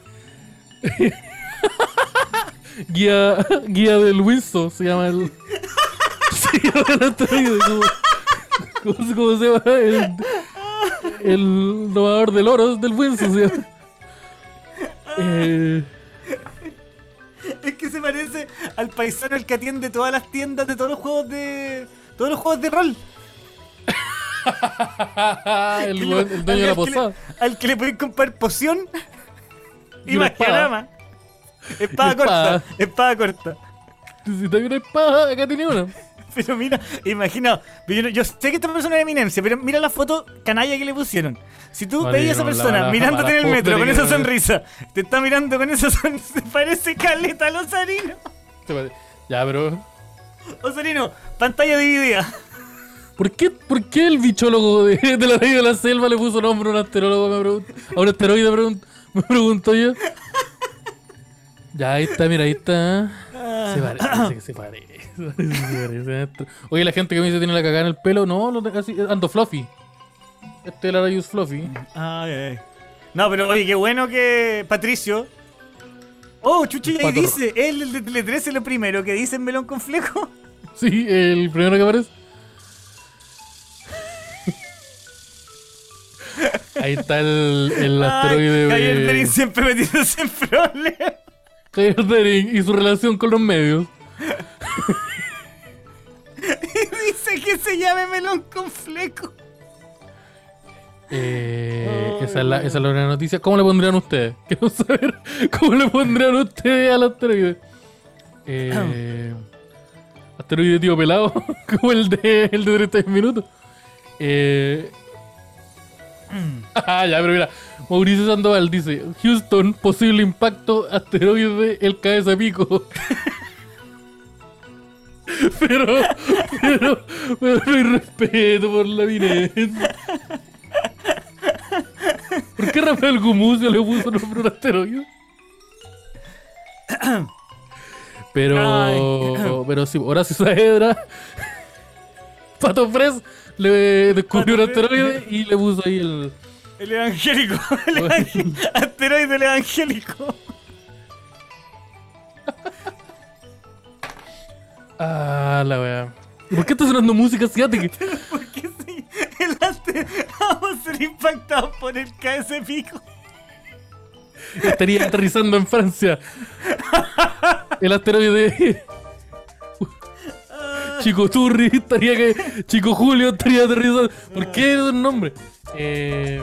Guía, guía del Winston se llama el. Se llama el asteroide. ¿Cómo, cómo se- cómo se llama? El, el domador de loros del Winston se llama. Eh, Es que se parece al paisano el que atiende todas las tiendas de todos los juegos de. Todos los juegos de rol. el, Que buen- le- el dueño de la al que le- posada. Al que le pueden comprar poción y, Y una magia espada. nada más. Espada Espada. corta, espada corta. Si te una espada, acá tiene una. Pero mira, imagina, yo, no- yo sé que esta persona es eminencia, pero mira la foto canalla que le pusieron. Si tú Vale, veías a esa no, la- persona la- mirándote la en el foto metro con tiene esa que- sonrisa, te está mirando con esa sonrisa, parece Caleta al Osarino. Ya, pero. Osarino, pantalla dividida. ¿Por qué, ¿Por qué el bichólogo de, de la ley de la selva le puso nombre a un asterólogo? Me pregunto, a un asteroide pregun- me pregunto yo. Ya, ahí está, mira, ahí está. Se parece, que se parece. Se parece. Oye, la gente que me dice tiene la cagada en el pelo, no, lo tengo así, ando fluffy. Este es el Arayus Fluffy. Ay, ay. No, pero oye, qué bueno que Patricio. Oh, Chuchi, ahí Pato dice, él el de Tele trece lo primero que dice en melón con fleco. Sí, el primero que aparece. Ahí está el, el asteroide Ay, Javier de Berín siempre metiéndose en problemas. Javier Bering y su relación con los medios. Y dice que se llame melón con fleco. Eh, esa, es la, esa es la buena noticia. ¿Cómo le pondrían ustedes? Quiero saber cómo le pondrían ustedes al asteroide. Eh, asteroide tío pelado, como el de, el de treinta minutos. Eh, ah, ya, pero mira. Mauricio Sandoval dice: Houston, posible impacto, asteroide, el cabeza pico. pero, pero, pero no hay respeto por la eminencia. ¿Por qué Rafael Gumucio le puso nombre a un asteroide? Pero, pero sí, Horacio Saavedra, Pato Fres le descubrió un Pato Fres. asteroide y le puso ahí el. El evangélico. El evangélico. Asteroide el evangélico. Ah, la wea. ¿Y por qué está sonando música asiática? Porque sí, el ate- vamos a ser impactados por el K S pico. Estaría aterrizando en Francia. El asteroide. Chico Turri, estaría que. Chico Julio estaría aterrizado. ¿Por qué esos nombres? Eh,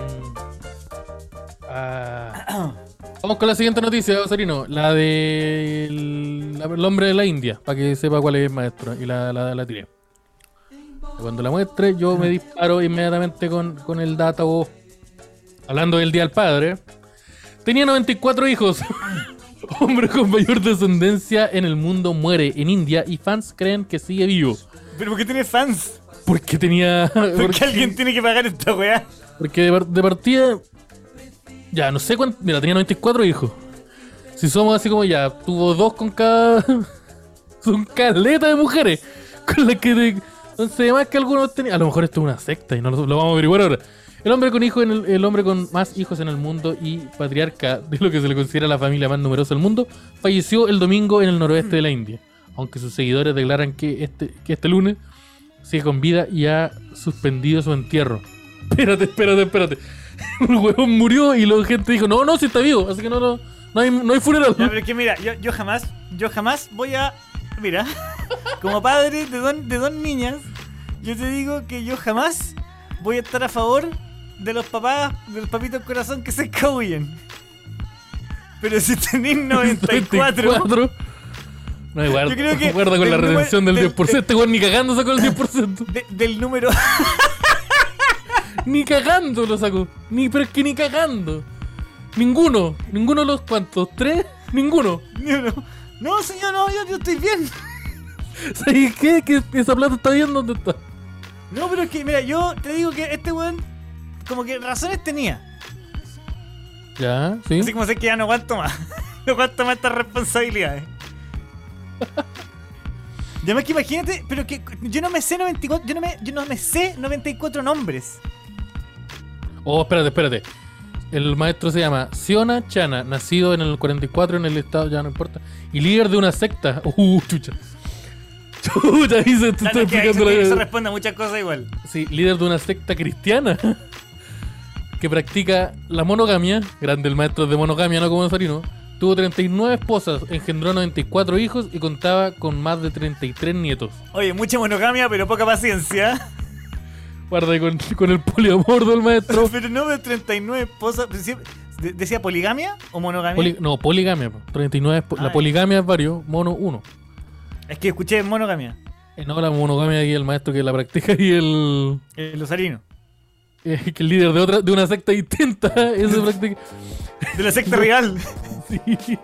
ah, vamos con la siguiente noticia, Osarino. La de el, el hombre de la India, para que sepa cuál es el maestro. Y la, la, la tiré. Cuando la muestre, yo me disparo inmediatamente con, con el dato. Hablando del Día del Padre. Tenía noventa y cuatro hijos. Hombre con mayor descendencia en el mundo muere en India y fans creen que sigue vivo. ¿Pero por qué tiene fans? Porque tenía... ¿Por porque, qué alguien tiene que pagar esta weá? porque de, par- de partida... Ya, no sé cuánto... Mira, tenía noventa y cuatro hijos. Si somos así como ya, tuvo dos con cada... Son caletas de mujeres. Con las que... Te... Entonces, más que algunos tenían... A lo mejor esto es una secta y no lo, lo vamos a averiguar ahora. El hombre con hijos en el, el hombre con más hijos en el mundo y patriarca de lo que se le considera la familia más numerosa del mundo, falleció el domingo en el noroeste de la India. Aunque sus seguidores declaran que este, que este lunes sigue con vida y ha suspendido su entierro. Espérate, espérate, espérate. El huevón murió y la gente dijo, no, no, si está vivo, así que no, no, no hay, no hay funeral. Ya, pero es que mira, yo, yo jamás, yo jamás voy a... Mira, como padre de dos, de dos niñas, yo te digo que yo jamás voy a estar a favor de los papás, de los papitos corazón que se escabullen. Pero si tenéis noventa y cuatro... No, igual, Yo creo que guarda con del la número- redención del del- diez por ciento. Este weón ni cagando sacó el diez por ciento. de- del número... Ni cagando lo sacó. Ni, pero es que ni cagando. Ninguno. Ninguno de los cuantos. ¿Tres? Ninguno. No, no, no, señor, no, yo, yo estoy bien. ¿Sabes qué? Que esa plata está bien donde está. No, pero es que, mira, yo te digo que este weón, como que razones tenía. Ya, sí. Así como sé que ya no aguanto más. No aguanto más estas responsabilidades. Y además que imagínate, pero que yo no me sé noventa y cuatro, yo no me, yo no me sé noventa y cuatro nombres. Oh, espérate, espérate. El maestro se llama Siona Chana, nacido en el cuarenta y cuatro en el estado, ya no importa. Y líder de una secta. Uh, chucha. Chucha, ahí se te No, está no, es que ahí explicando se, se la... responde a muchas cosas igual. Sí, líder de una secta cristiana que practica la monogamia. Grande el maestro de monogamia, no como Sarino. Tuvo treinta y nueve esposas, engendró noventa y cuatro hijos y contaba con más de treinta y tres nietos. Oye, mucha monogamia, pero poca paciencia. Guarda con, con el poliamor del maestro. Pero no de treinta y nueve esposas. ¿De- ¿Decía poligamia o monogamia? Poli- no, poligamia. po. treinta y nueve espo- Ah, la ya. poligamia es varios, mono uno. Es que escuché monogamia. Eh, no, la monogamia y el maestro que la practica y el... El losarino. eh, que el líder de otra de una secta distinta. Ese practica... De la secta rival. Sí,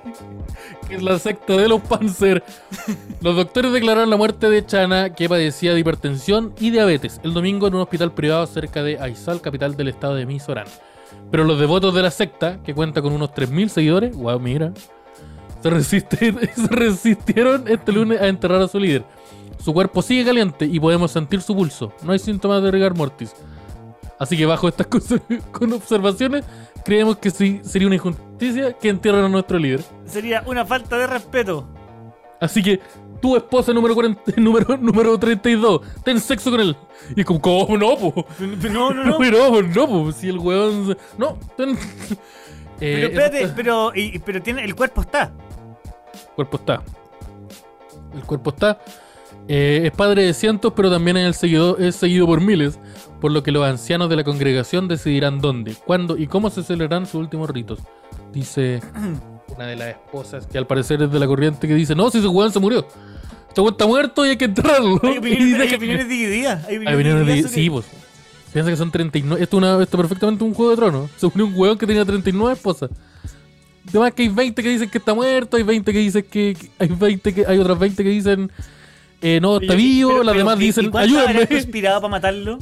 que es la secta de los Panzer. Los doctores declararon la muerte de Chana, que padecía de hipertensión y diabetes, el domingo en un hospital privado cerca de Aizawl, capital del estado de Mizoram. Pero los devotos de la secta, que cuenta con unos tres mil seguidores, wow, mira, se, resisten, se resistieron este lunes a enterrar a su líder. Su cuerpo sigue caliente y podemos sentir su pulso. No hay síntomas de rigor mortis. Así que bajo estas cosas, con observaciones, creemos que sí, sería una injusticia que entierren a nuestro líder. Sería una falta de respeto. Así que tu esposa número cuarenta, número, número treinta y dos, ten sexo con él. Y como, ¿cómo no, po? No, no, no. No, no, po. Si el weón... se- No, ten... Eh, Pero espérate, eso- pero, y- pero tiene, el cuerpo está. El cuerpo está. El cuerpo está. Eh, es padre de cientos, pero también es, el seguido, es seguido por miles. Por lo que los ancianos de la congregación decidirán dónde, cuándo y cómo se celebrarán sus últimos ritos. Dice una de las esposas, que al parecer es de la corriente, que dice: no, si ese weón se murió. Este weón está muerto y hay que enterrarlo. Hay Y opiniones, hay deja- opiniones divididas. Hay Hay opiniones opiniones de- divididas Sí, sobre- pues. Piensa que son treinta y nueve. Esto es una- esto es perfectamente un juego de tronos. Se unió un weón que tenía treinta y nueve esposas. Además que hay veinte que dicen que está muerto, hay veinte que dicen que, que- hay veinte que hay otras veinte que dicen eh, no, está Oye, vivo, pero- las pero, demás ¿y- dicen ¿y cuánto habrá ayúdame. conspirado para matarlo?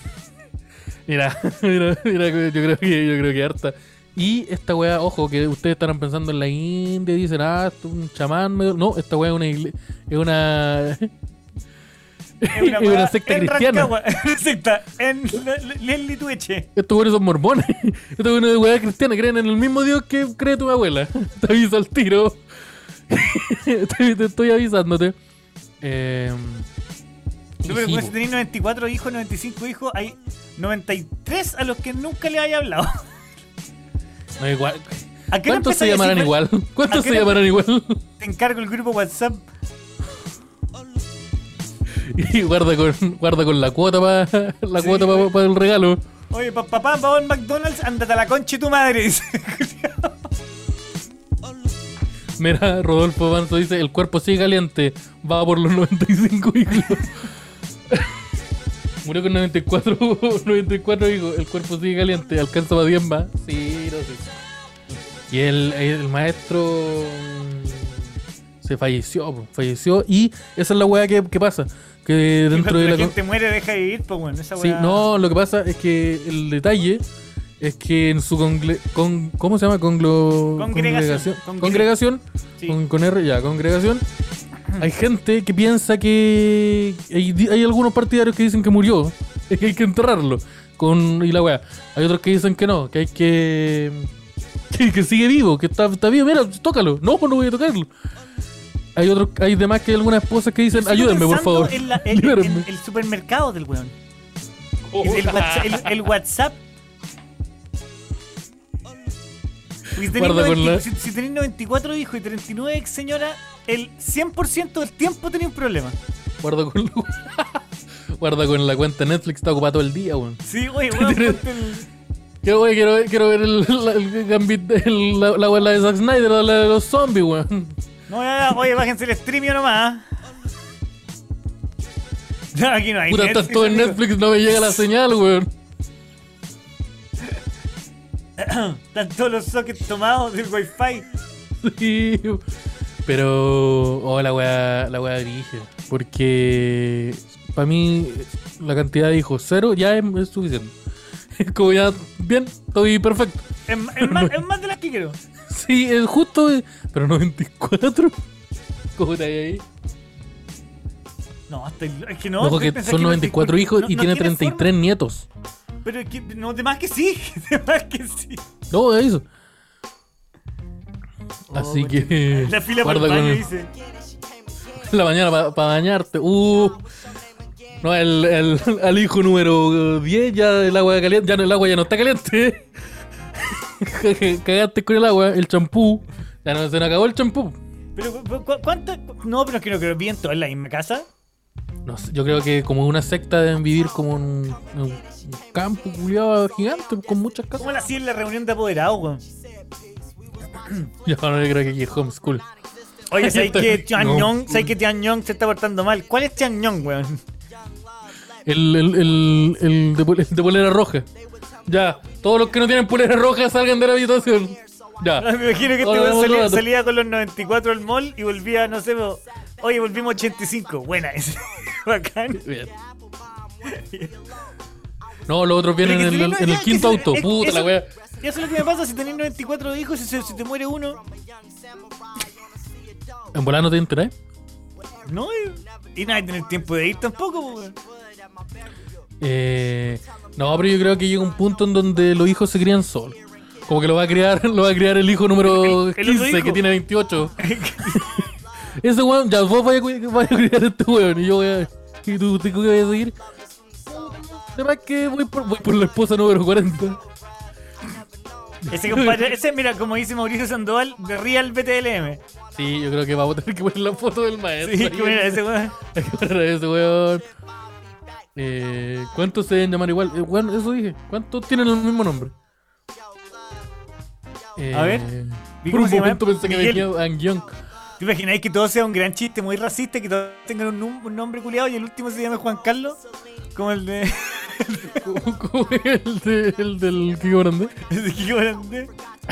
Mira, mira, mira, yo creo que yo creo que harta. Y esta weá, ojo, que ustedes estarán pensando en la India y dicen, ah, esto es un chamán medio... No, esta weá es una igle- es una Es una, es una weá secta en cristiana. Rancagua. secta en Leslie Tueche. Estos weones son mormones. Estos weones de weá cristiana creen en el mismo Dios que cree tu abuela. Te aviso al tiro. te, te estoy avisándote. Eh, y No, pero sí, pues, po. si tenéis noventa y cuatro hijos, noventa y cinco hijos, hay noventa y tres a los que nunca le haya hablado. No, igual. ¿A qué no ¿Cuántos se empezáis a llamarán decir- igual? ¿A ¿Cuántos qué se no- llamarán igual? Te encargo el grupo WhatsApp. y guarda con, guarda con la cuota para la Sí, cuota güey. para el regalo. Oye, pa- papá, vamos al McDonald's, ándate a la concha de tu madre. Dice. Mira, Rodolfo Manso dice, el cuerpo sigue caliente, va por los noventa y cinco hijos. Murió con noventa y cuatro, noventa y cuatro hijos, el cuerpo sigue caliente, alcanza para diez más. Sí, no sé. Y el, el maestro mm, se falleció, po, falleció y esa es la weá que, que pasa. Que dentro Cuando de la la... gente muere, deja de vivir, pues bueno, esa Sí, weá. no, lo que pasa es que el detalle es que en su congle... con... ¿cómo se llama? Conglo... Congregación. Congregación. Congregación. Sí. Con, con R, ya, congregación. Hay gente que piensa que... Hay, hay algunos partidarios que dicen que murió, es que hay que enterrarlo. Con... Y la weá. Hay otros que dicen que no, que hay que... Que, que sigue vivo, que está, está vivo. Mira, tócalo. No, no voy a tocarlo. Hay otros, hay demás que hay algunas esposas que dicen, Sigo ayúdenme, por pensando favor. En la- en- Libérenme. en el supermercado del weón. Oh, El, WhatsApp, el, el WhatsApp. Porque si tenéis Guarda con noventa la- si, si tenéis noventa y cuatro hijos y treinta y nueve ex señora, el cien por ciento del tiempo tenía un problema. Guarda con la... Guarda con la cuenta de Netflix, está ocupada todo el día, weón. Sí, güey, weón. Tienes- ponte el- Quiero, wey, quiero, quiero ver el, la, el Gambit, el- la, la, la de Zack Snyder, la de los zombies, weón. No, ya, ya, oye, bájense el streaming nomás. No, aquí no hay Puta, estás todo en amigo. Netflix, no me llega la señal, weón. Están todos los sockets tomados del wifi. Sí. Pero, oh, la weá, la weá dirige. Porque para mí la cantidad de hijos cero ya es, es suficiente. Es como ya, bien, estoy perfecto. Es, ma- es más, es más de las que quiero. Sí, es justo, eh, pero noventa y cuatro. ¿Cómo te hay ahí? No, estoy, es que no. Ojo estoy que pensando son no- noventa y cuatro no- hijos no- y no tiene treinta y tres forma. nietos. Pero es que, no, de más que sí. De más que sí. No, eso. Así Oh, que. La fila para el guarda baño con- dice. la mañana para bañarte. Uh. No, el, el, al hijo número diez ya el agua caliente. Ya no, el agua ya no está caliente. Cagaste con el agua, el champú. Ya no se nos acabó el champú. Pero, cu- cu- ¿cuánto? No, pero es que no creo que viven todos en la misma casa. No sé, yo creo que como una secta deben vivir como en un, en un campo culiado gigante con muchas casas. ¿Cómo la hacían en la reunión de apoderados, weón? Yo no creo que aquí es homeschool. Oye, ¿sabes que No. Tianyong, ¿sabes que Tianyong se está portando mal? ¿Cuál es Tianyong, weón? El, el, el, el, de, pol- el de polera roja. Ya, todos los que no tienen polera roja salgan de la habitación. Ya. Me imagino que este Ahora weón vamos salía, rato. salía con los noventa y cuatro al mall y volvía, no sé, po, oye, volvimos ochenta y cinco. Buena, ese. Bacán. Bien. No, los otros vienen Pero en que el, si no, en el ya, quinto que si- auto. es- Puta eso- la wea. Y eso es lo que me pasa si tenés noventa y cuatro hijos y se, si te muere uno. ¿En volar no te enterás? No, y, y nadie tiene tiempo de ir tampoco, po, weón. Eh, no, pero yo creo que llega un punto en donde los hijos se crían solos. Como que lo va a criar, lo va a criar el hijo número El- el otro quince hijo. que tiene veintiocho. Ese weón, ya vos vayas a, cu- vaya a criar a este weón y yo voy a. ¿Y tú, tú qué vas a seguir? Además que voy por, voy por la esposa número cuarenta. Ese compadre, ese, mira, como dice Mauricio Sandoval, de Real B T L M. Sí, yo creo que vamos a tener que poner la foto del maestro. Sí, ahí. que mira, ese weón. Hay que poner a ese weón. Eh, ¿Cuántos se deben llamar igual? Eh, weón, eso dije. ¿Cuántos tienen el mismo nombre? Eh, A ver, ¿y Por cómo un se llama? momento pensé que me Miguel. decía Ang-Yong. ¿Te imagináis que todo sea un gran chiste muy racista, que todos tengan un, num- un nombre culiado y el último se llame Juan Carlos? Como el de. ¿Cómo, cómo es el, de, el del Kiko Grande? el de Kiko Grande.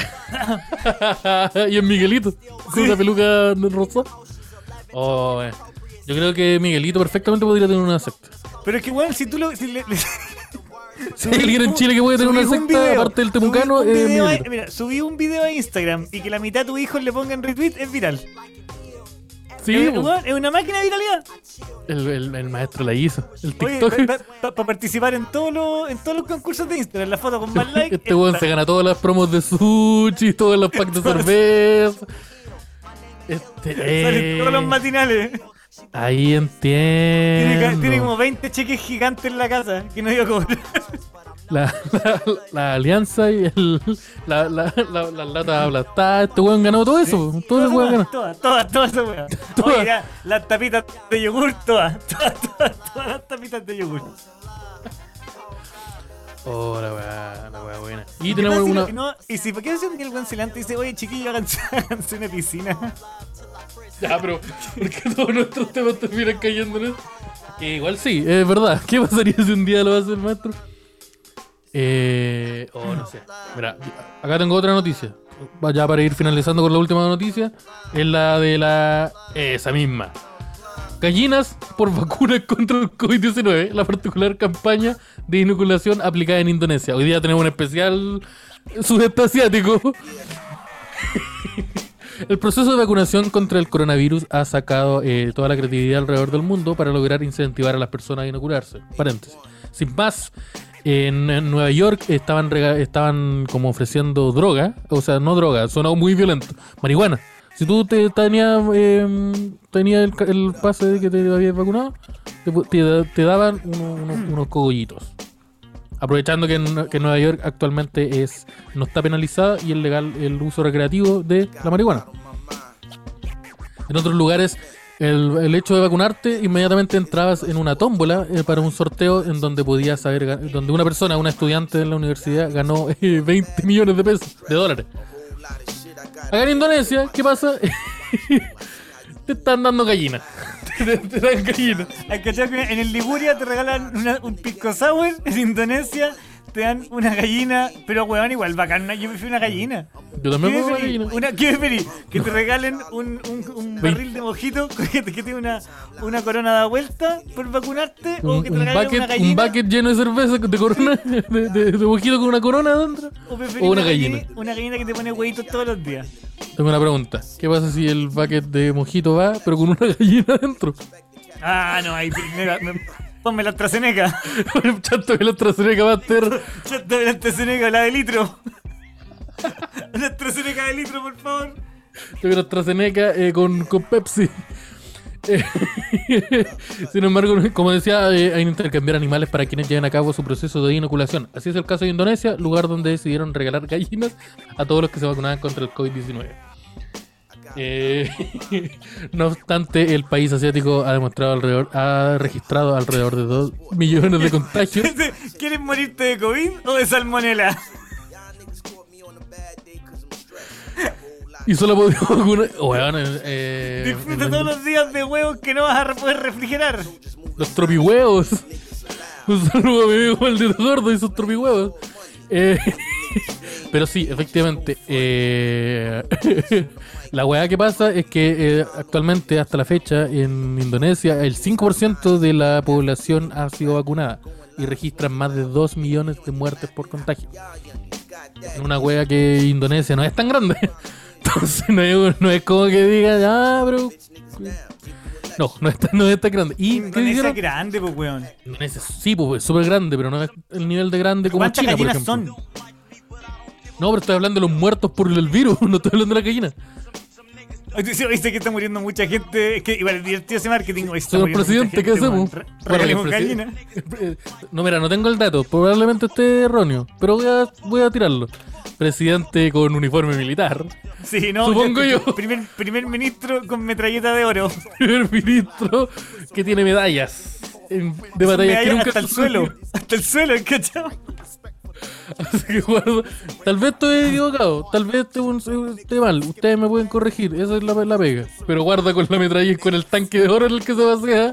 Y es Miguelito, con Sí. una peluca rosa. Oh, eh. Yo creo que Miguelito perfectamente podría tener una secta. Pero es que, bueno, si tú lo. Si le, le- Si hay alguien en Chile que puede tener una subís un secta, video, aparte del temucano, subís un es video a- Miguelito. Mira, subí un video a Instagram y que la mitad de tus hijos le pongan retweet es viral. Sí, es, po. weón, es una máquina de viralidad. el, el, el maestro la hizo. El Oye, TikTok. para participar en todos los en todos los concursos de Instagram, la foto con más likes. Este weón esta. se gana todas las promos de sushi, todas las packs de cerveza. Este, Salen todos los eh, matinales. ahí Tiene, ca- entiendo. tiene como veinte cheques gigantes en la casa que no iba a cobrar. la, la, la alianza y el, la, la, la, las latas aplastadas. Este weón ganó todo eso. po. Todo ese weón ganó. Todas, todas, todas esas weas. Todas. Oye, ya, las tapitas de yogur, todas, todas, todas, todas las tapitas de yogur. Oh, la weá, la weá buena. Y ¿Qué tenemos pasa si una. lo- no, y si, ¿por qué decir que el weón se levanta y dice, oye, chiquillo, háganse, háganse una piscina? Ya, pero ¿por qué todos nuestros temas terminan cayéndonos? Que igual sí, es verdad. ¿Qué pasaría si un día lo hace el maestro? Eh. Oh, no sé. Mira, acá tengo otra noticia. Ya para ir finalizando con la última noticia. Es la de la. Esa misma. Gallinas por vacunas contra el COVID diecinueve. La particular campaña de inoculación aplicada en Indonesia. Hoy día tenemos un especial sudeste asiático. El proceso de vacunación contra el coronavirus ha sacado eh, toda la creatividad alrededor del mundo para lograr incentivar a las personas a inocularse. Paréntesis. Sin más, en, en Nueva York estaban rega- estaban como ofreciendo droga, o sea, no droga, sonó muy violento, marihuana. Si tú te tenías eh, tenía el, ca- el pase de que te habías vacunado, te, pu- te- te daban uno- uno- unos cogollitos. Aprovechando que en, que en Nueva York actualmente es no está penalizada y es legal el uso recreativo de la marihuana. En otros lugares, el, el hecho de vacunarte, inmediatamente entrabas en una tómbola eh, para un sorteo en donde podías saber, ga- donde una persona, una estudiante de la universidad, ganó eh, veinte millones de pesos, de dólares. Acá en Indonesia, ¿qué pasa? Te están dando gallinas. Te, te dan gallinas. ¿Has cachado que en el Liguria te regalan una- un pisco sour? En Indonesia te dan una gallina, pero weón, igual bacán. una- Yo prefiero una gallina. Yo también ¿Qué puedo preferí? gallina. Una, ¿Qué preferí? Que te regalen un, un, un barril de mojito que, que tiene una, una corona de vuelta por vacunarte, o Un, que te un regalen bucket, una gallina. un bucket lleno de cerveza de corona, de, de, de mojito con una corona adentro. O preferí O una gallina. galli- Una gallina que te pone huevitos todos los días. Tengo una pregunta. ¿Qué pasa si el bucket de mojito va, pero con una gallina adentro? Ah, no, ahí mira, me- ponme la AstraZeneca. Chato que la AstraZeneca va a ter. Chate la AstraZeneca, la de litro. La AstraZeneca de litro, por favor. Tengo la AstraZeneca eh, con, con Pepsi. Eh, Sin embargo, como decía, eh, hay que intercambiar animales para quienes lleven a cabo su proceso de inoculación. Así es el caso de Indonesia, lugar donde decidieron regalar gallinas a todos los que se vacunaban contra el COVID diecinueve. Eh, no obstante, el país asiático ha demostrado alrededor, ha registrado alrededor de dos millones de contagios. ¿Quieres morirte de COVID o de salmonela? Y solo ha podido vacunar. Bueno, eh, Disfruta en todos los, los días de huevos que no vas a re- poder refrigerar. los tropihuevos. Un saludo a mi amigo maldito gordo y sus tropihuevos. Eh, pero sí, efectivamente. Eh, la weá que pasa es que eh, actualmente, hasta la fecha, en Indonesia, el cinco por ciento de la población ha sido vacunada y registran más de dos millones de muertes por contagio. En una wea que Indonesia no es tan grande. Entonces no es, no es como que diga, ah, pero. No, no es tan, no es tan grande. ¿Y qué Indonesia dijeron? es grande, pues, weón. Indonesia sí, pues es súper grande, pero no es el nivel de grande como ¿Cuántas China, por gallinas ejemplo. son? No, pero estoy hablando de los muertos por el virus, no estoy hablando de la gallina. Ay, tú dices, dice que está muriendo mucha gente. Es que igual es divertido ese marketing. Hoy está Señor muriendo presidente, mucha ¿qué gente, hacemos? weón. Re- Bueno, el Regalemos presi- gallina. No, mira, no tengo el dato, probablemente esté erróneo, pero voy a, voy a tirarlo. Presidente con uniforme militar. Sí, no. Supongo yo. Primer, primer ministro con metralleta de oro. Primer ministro que tiene medallas en- de batallas que Medalla nunca hasta el suelo. Hasta el suelo, ¿cachai? Así que guardo. Tal vez estoy equivocado, tal vez esté, un- esté mal. Ustedes me pueden corregir, esa es la, la pega. Pero guarda con la metralla y con el tanque de oro en el que se pasea.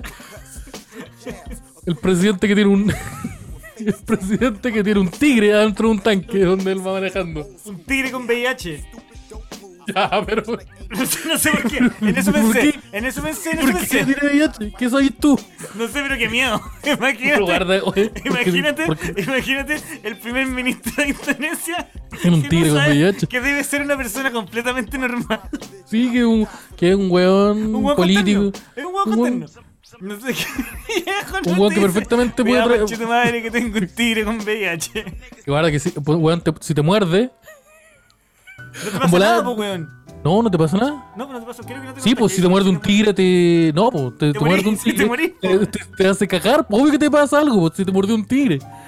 El presidente que tiene un. El presidente que tiene un tigre adentro de un tanque donde él va manejando. Un tigre con V I H. Ya, pero. No sé, no sé por qué. En eso ¿Por pensé. qué? En eso pensé, en eso ¿Por qué pensé. tiene V I H? ¿Qué sabes tú? No sé, pero qué miedo. Pero Imagínate. guarda, oye, ¿por qué- Imagínate, por qué imagínate el primer ministro de Indonesia tiene un que tigre no con sabe V I H? que debe ser una persona completamente normal. Sí, que es un, que es un weón Un hueón político. conterno. Es un hueón Un hueón- conterno. No sé qué. viejo, Un no hueón te que dice, perfectamente puede "Cuidado, traer- conche tu madre, que tengo un tigre con V I H. Que guarda que si, pues, weón, te- si te muerde. No te pasa Volada- nada, pues, weón. No, no te pasa nada. No, pero no te pasa. Creo que no te Sí, pues si te muerde un tigre, te. No, pues te, Te te muerde morís, un sí, te tigre. morís, te, te- te hace cagar. Obvio que te pasa algo, pues, si te mordió un tigre.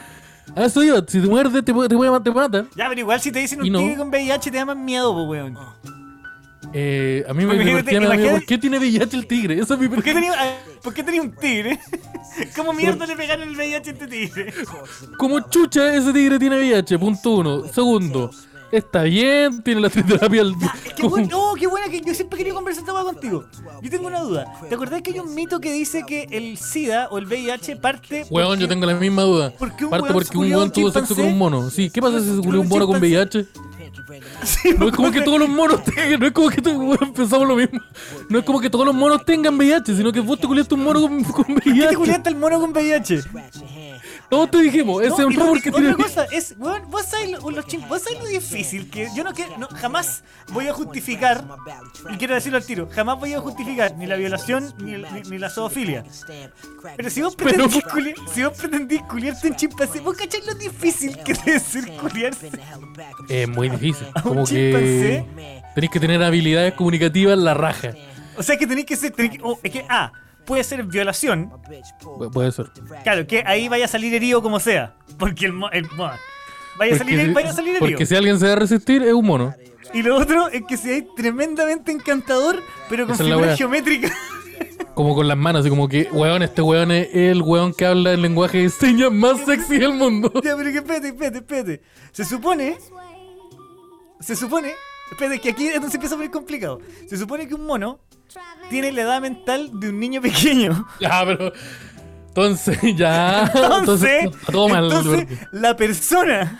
A eso iba, si te muerde te, puede- te, puede- te matan. Ya, pero igual si te dicen Y un no. tigre con V I H te da más miedo, po, weón. Eh, a mí me, Imagínate- me partía, me da miedo, imagínate- ¿por qué tiene V I H el tigre? Esa es mi ¿Por qué pregunta. tenía, ah, ¿por qué tenía un tigre? ¿Cómo mierda le pegaron el V I H a este tigre? Como chucha ese tigre tiene V I H, punto uno. Segundo, está bien, tiene la terapia al... Qué, buen- oh, qué buena que yo siempre quería conversar esta hueá contigo. Yo tengo una duda. ¿Te acordás que hay un mito que dice que el SIDA o el V I H parte Weón, porque- yo tengo la misma duda. ¿Por qué un Parte weón porque se un culió weón un tuvo sexo con chimpancé? un mono. Sí, ¿qué pasa si se culió un mono con chimpancé? V I H? Sí, No es como que todos los monos tengan, no es como que todos, weón, pensamos lo mismo. No es como que todos los monos tengan V I H, sino que vos te culiaste un mono con, con V I ¿Qué te H. culiaste el mono con V I H? Todos te dijimos, ese No, es un y lo- rumor y que otra tiene. cosa es, weón, vos sabés lo, los chim- vos sabés lo difícil que yo no quiero, no, jamás voy a justificar, y quiero decirlo al tiro, jamás voy a justificar ni la violación ni, el- ni, ni la zoofilia. Pero si vos Pero- pretendís, culi- si vos pretendís culiarte un chimpancé, vos cachás lo difícil que debe ser culiarse Es muy difícil. a un Como que chimpancé. tenés que tener habilidades comunicativas en la raja. O sea que tenés que ser, tenés que, oh, es que, ah, puede ser violación, Pu- Puede ser. claro, que ahí vaya a salir herido como sea, porque el, mo- el mo- vaya a salir, Porque, vaya a salir herido. porque si alguien se va a resistir, es un mono. Y lo otro es que seáis tremendamente encantador, pero con Esa es la figuras wea. geométricas. Como con las manos, así como que, weón, este weón es el weón que habla el lenguaje de señas más sexy del mundo. Ya, pero que espérate, espérate, espérate. Se supone. Se supone. Espérate, que aquí entonces empieza a poner complicado. Se supone que un mono tiene la edad mental de un niño pequeño. Ya, pero. Entonces, ya. Entonces, está todo mal. entonces porque- la persona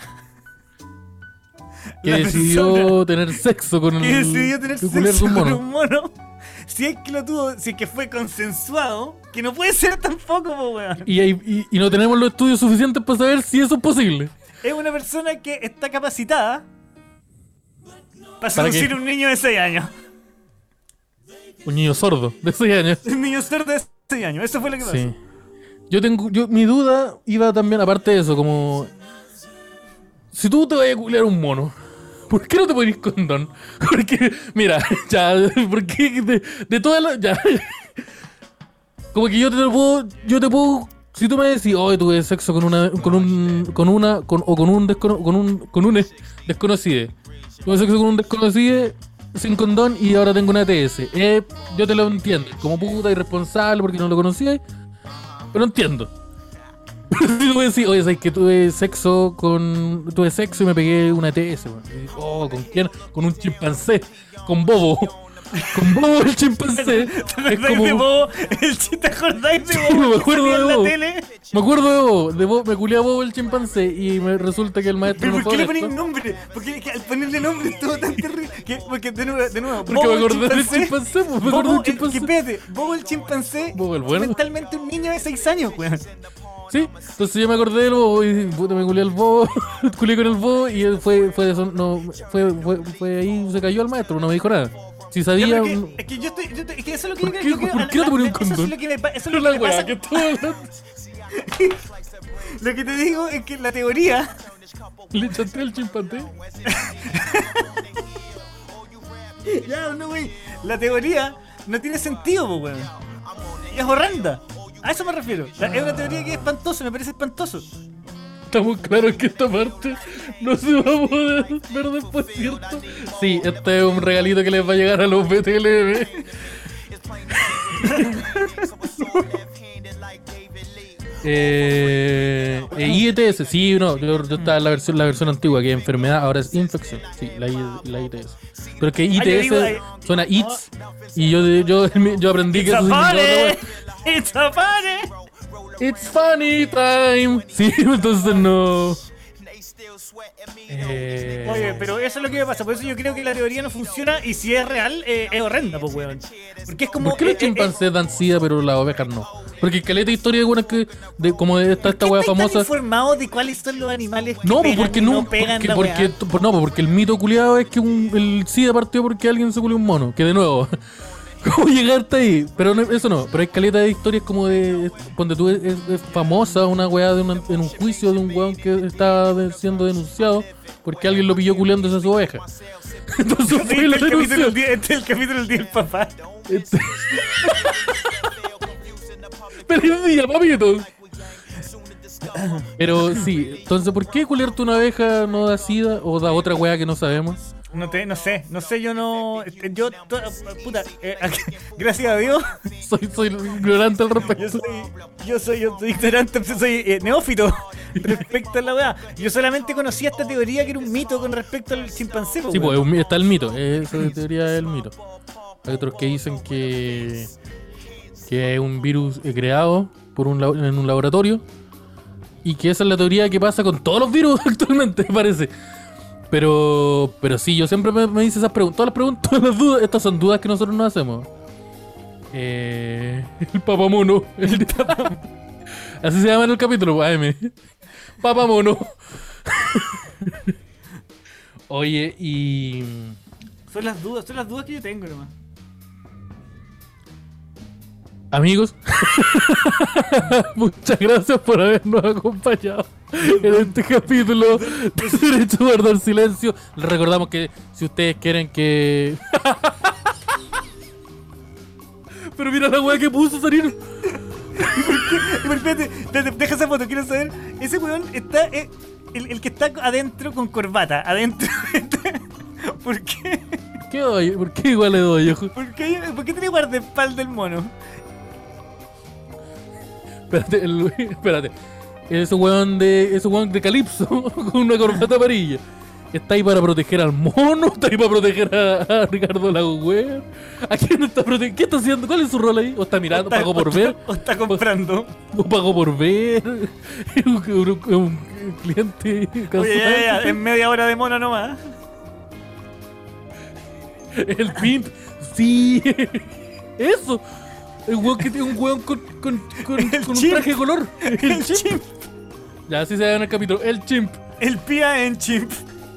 que la decidió persona tener sexo con el. que decidió tener que culiar sexo con un con mono. un mono, si es que lo tuvo, si es que fue consensuado, que no puede ser tampoco, po, weón. Y, hay- y, y no tenemos los estudios suficientes para saber si eso es posible. Es una persona que está capacitada para ¿Para seducir qué? a un niño de seis años. Un niño sordo, de seis años. Un niño sordo de seis años. Eso fue lo que pasó. Sí. Yo tengo. Yo, mi duda iba también, aparte de eso, como. Si tú te vas a culiar un mono, ¿por qué no te pones condón? Porque, mira, ya, porque de, de todas las. Ya. Como que yo te lo puedo. Yo te puedo. Si tú me decís, hoy tuve sexo con una. con un. con una. Con, o con un descono, con un. con un desconocido. Tuve sexo con un desconocido sin condón y ahora tengo una E T S. Eh, yo te lo entiendo. Como puta irresponsable porque no lo conocía. Pero entiendo. Si tú me decís, oye, ¿sabes que tuve sexo con. Tuve sexo y me pegué una E T S, weón? Y digo, oh, ¿con quién? Con un chimpancé. Con Bobo. Con Bobo el chimpancé. ¿Te Es acordáis de como. Bobo? El chiste, ¿te acordáis de Sí, Bobo? me que acuerdo salía de en la Bobo. tele? Me acuerdo de Bobo. De Bobo me culé a Bobo el chimpancé y me resulta que el maestro ¿Pero no por fue qué le honesto. ponen nombre? Porque que al ponerle nombre estuvo tan terrible. que- Porque de nuevo, de nuevo Porque Bobo me el acordé del chimpancé, pues, me acordé Bobo, del el, que chimpancé. espérate, Bobo el chimpancé Bobo el es bueno. mentalmente un niño de seis años, weón. Sí, entonces yo me acordé del Bobo y puta, me culé al Bobo, culé con el Bobo y él fue, fue, de eso, no, fue, fue, fue ahí, se cayó al maestro, no me dijo nada. Si Ya, sabía. pero que- un- es que yo estoy. Yo, estoy- es que eso es lo que ¿Por yo qué- creo- yo por creo- qué no te pones un Eso es condón? lo que me, pa- eso es Pero lo la que me weá pasa. que estuvo hablando. Lo que te digo es que la teoría. Le chanté al chimpancé. Ya, no, güey. La teoría no tiene sentido, pues, weón. Y es horrenda. A eso me refiero. La- es una teoría que es espantosa, me parece espantoso. Estamos claros que esta parte no se va a poder ver después, ¿cierto? Sí, este es un regalito que les va a llegar a los B T L M. eh, eh, I E T S, sí, no, yo, yo estaba en la versión, la versión antigua, que es enfermedad, ahora es infección, sí, la, I, la I T S. Pero es que I T S Ah, yo digo, suena I T S, y yo, yo, yo aprendí que It's a eso significaba otra party. wea. It's a party. It's funny time. Sí, entonces no. Eh, Oye, pero eso es lo que me pasa. Por eso yo creo que la teoría no funciona. Y si es real, eh, es horrenda, pues, weón. Porque es como. ¿Por qué los eh, eh, chimpancés dan sida pero las ovejas no? Porque caleta de historia de buenas que. De, como de esta, esta ¿Qué wea estáis tan famosa. informados de cuáles son los animales que No, pues pegan porque y no. no pegan porque, la porque, weá? por- no, pues porque el mito culiado es que un, el SIDA partió porque alguien se culió un mono. Que de nuevo. ¿Cómo llegarte ahí? Pero no, eso no. Pero hay caleta de historias como de. Donde tú es, es- es famosa una weá de una- en un juicio de un weón que estaba de- siendo denunciado porque alguien lo pilló culiándose a su oveja. Entonces Este fue es la el capítulo denuncia. del día- este es el capítulo del día del papá. Este- ¡Feliz día, papito! Pero sí, entonces, ¿por qué culiarte una abeja no da sida o da otra weá que no sabemos? No te, no sé, no sé, yo no. Yo, to- puta, eh, gracias a Dios, Soy, soy ignorante al yo respecto. soy, yo soy, yo soy ignorante, soy eh, neófito respecto a la weá. Yo solamente conocía esta teoría que era un mito con respecto al chimpancé. po, Sí, pues weón. es un- está el mito, esa teoría es el mito. Hay otros que dicen que, que es un virus eh, creado por un, labo- en un laboratorio y que esa es la teoría que pasa con todos los virus actualmente, parece. Pero, pero sí, yo siempre me, me hice esas preguntas, todas las preguntas, todas las dudas, estas son dudas que nosotros nos hacemos. Eh, el papamono, el así se llama en el capítulo, A M. Papamono. Oye, y... Son las dudas, son las dudas que yo tengo nomás. Amigos, muchas gracias por habernos acompañado en este capítulo de Derecho a Guardar Silencio. Les recordamos que si ustedes quieren que... Pero mira la weá que puso, Sarino. Pero espérate, espérate, deja esa foto, quiero saber. Ese weón está. eh, el, el que está adentro con corbata, adentro. ¿Por qué? ¿Qué doy? ¿Por qué igual le doy, ojo? ¿Por qué, ¿Por qué tiene guardaespaldas el mono? Espérate, el- espérate. Ese weón de. Ese weón de Calipso con una corbata amarilla. ¿Está ahí para proteger al mono? ¿Está ahí para proteger a, a Ricardo Lagüe? ¿A quién está protegiendo? ¿Qué está haciendo? ¿Cuál es su rol ahí? ¿O está mirando? Está- ¿Pagó por o está- ver? ¿O está comprando? ¿O pagó por ver? ¿Es un, un- un cliente casual? Oye, ya, ya, ya, en media hora de mono nomás. El pimp. Sí. Eso. El weón que tiene un weón con, con, con, El con un chimp. traje de color. El chimp. Ya, así se ve en el capítulo. El chimp. El pía en chimp.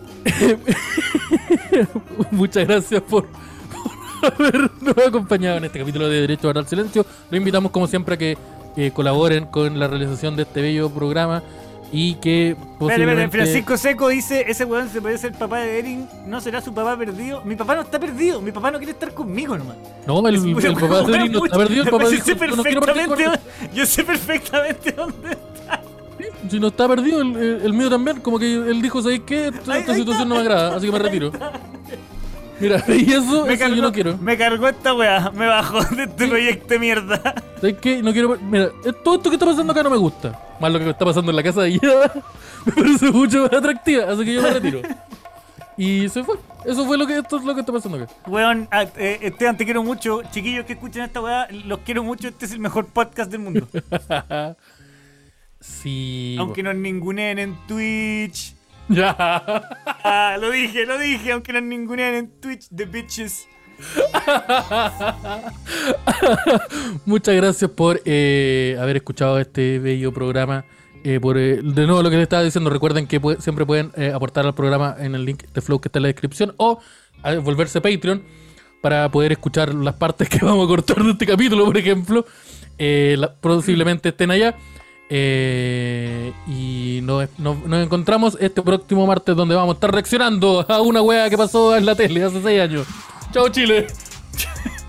Muchas gracias por, por habernos acompañado en este capítulo de Derecho a Guardar Silencio. Lo invitamos como siempre a que eh, colaboren con la realización de este bello programa y que Espérate, espérate, posiblemente... Francisco Seco dice: ese weón se puede ser papá de Erin. ¿No será su papá perdido? Mi papá no está perdido. Mi papá no quiere estar conmigo nomás. No, el, el, Ese papá de weón Erin no mucho- está perdido. El papá yo dijo, sé "Yo no quiero partir con perfectamente, yo sé perfectamente dónde está. Si no está perdido, el, el- el mío también. Como que él dijo, ¿sabes qué? Esta, Ahí- esta ahí situación está. no me agrada, así que me retiro. Mira, y eso, Me eso yo no quiero. me cargó esta weá. Me bajó de este proyecto de mierda. ¿Sabes qué? No quiero. Mira, eh, todo esto que está pasando acá no me gusta. Más lo que está pasando en la casa de ella me parece mucho más atractiva, así que yo me retiro. Y se fue. Eso fue lo que esto es lo que está pasando acá. Weón, ah, eh, Esteban, te quiero mucho. Chiquillos que escuchan esta weá, los quiero mucho. Este es el mejor podcast del mundo. Sí. Aunque nos ninguneen en Twitch. Ya. Ah, lo dije, lo dije. Aunque nos ninguneen en Twitch, the bitches. Muchas gracias por eh, haber escuchado este bello programa. Eh, por, eh, de nuevo, lo que les estaba diciendo, recuerden que pu- siempre pueden eh, aportar al programa en el link de Flow que está en la descripción o a volverse Patreon para poder escuchar las partes que vamos a cortar de este capítulo, por ejemplo. Eh, la- posiblemente estén allá. Eh, y nos, nos- nos encontramos este próximo martes donde vamos a estar reaccionando a una wea que pasó en la tele hace seis años. Chao, Chile.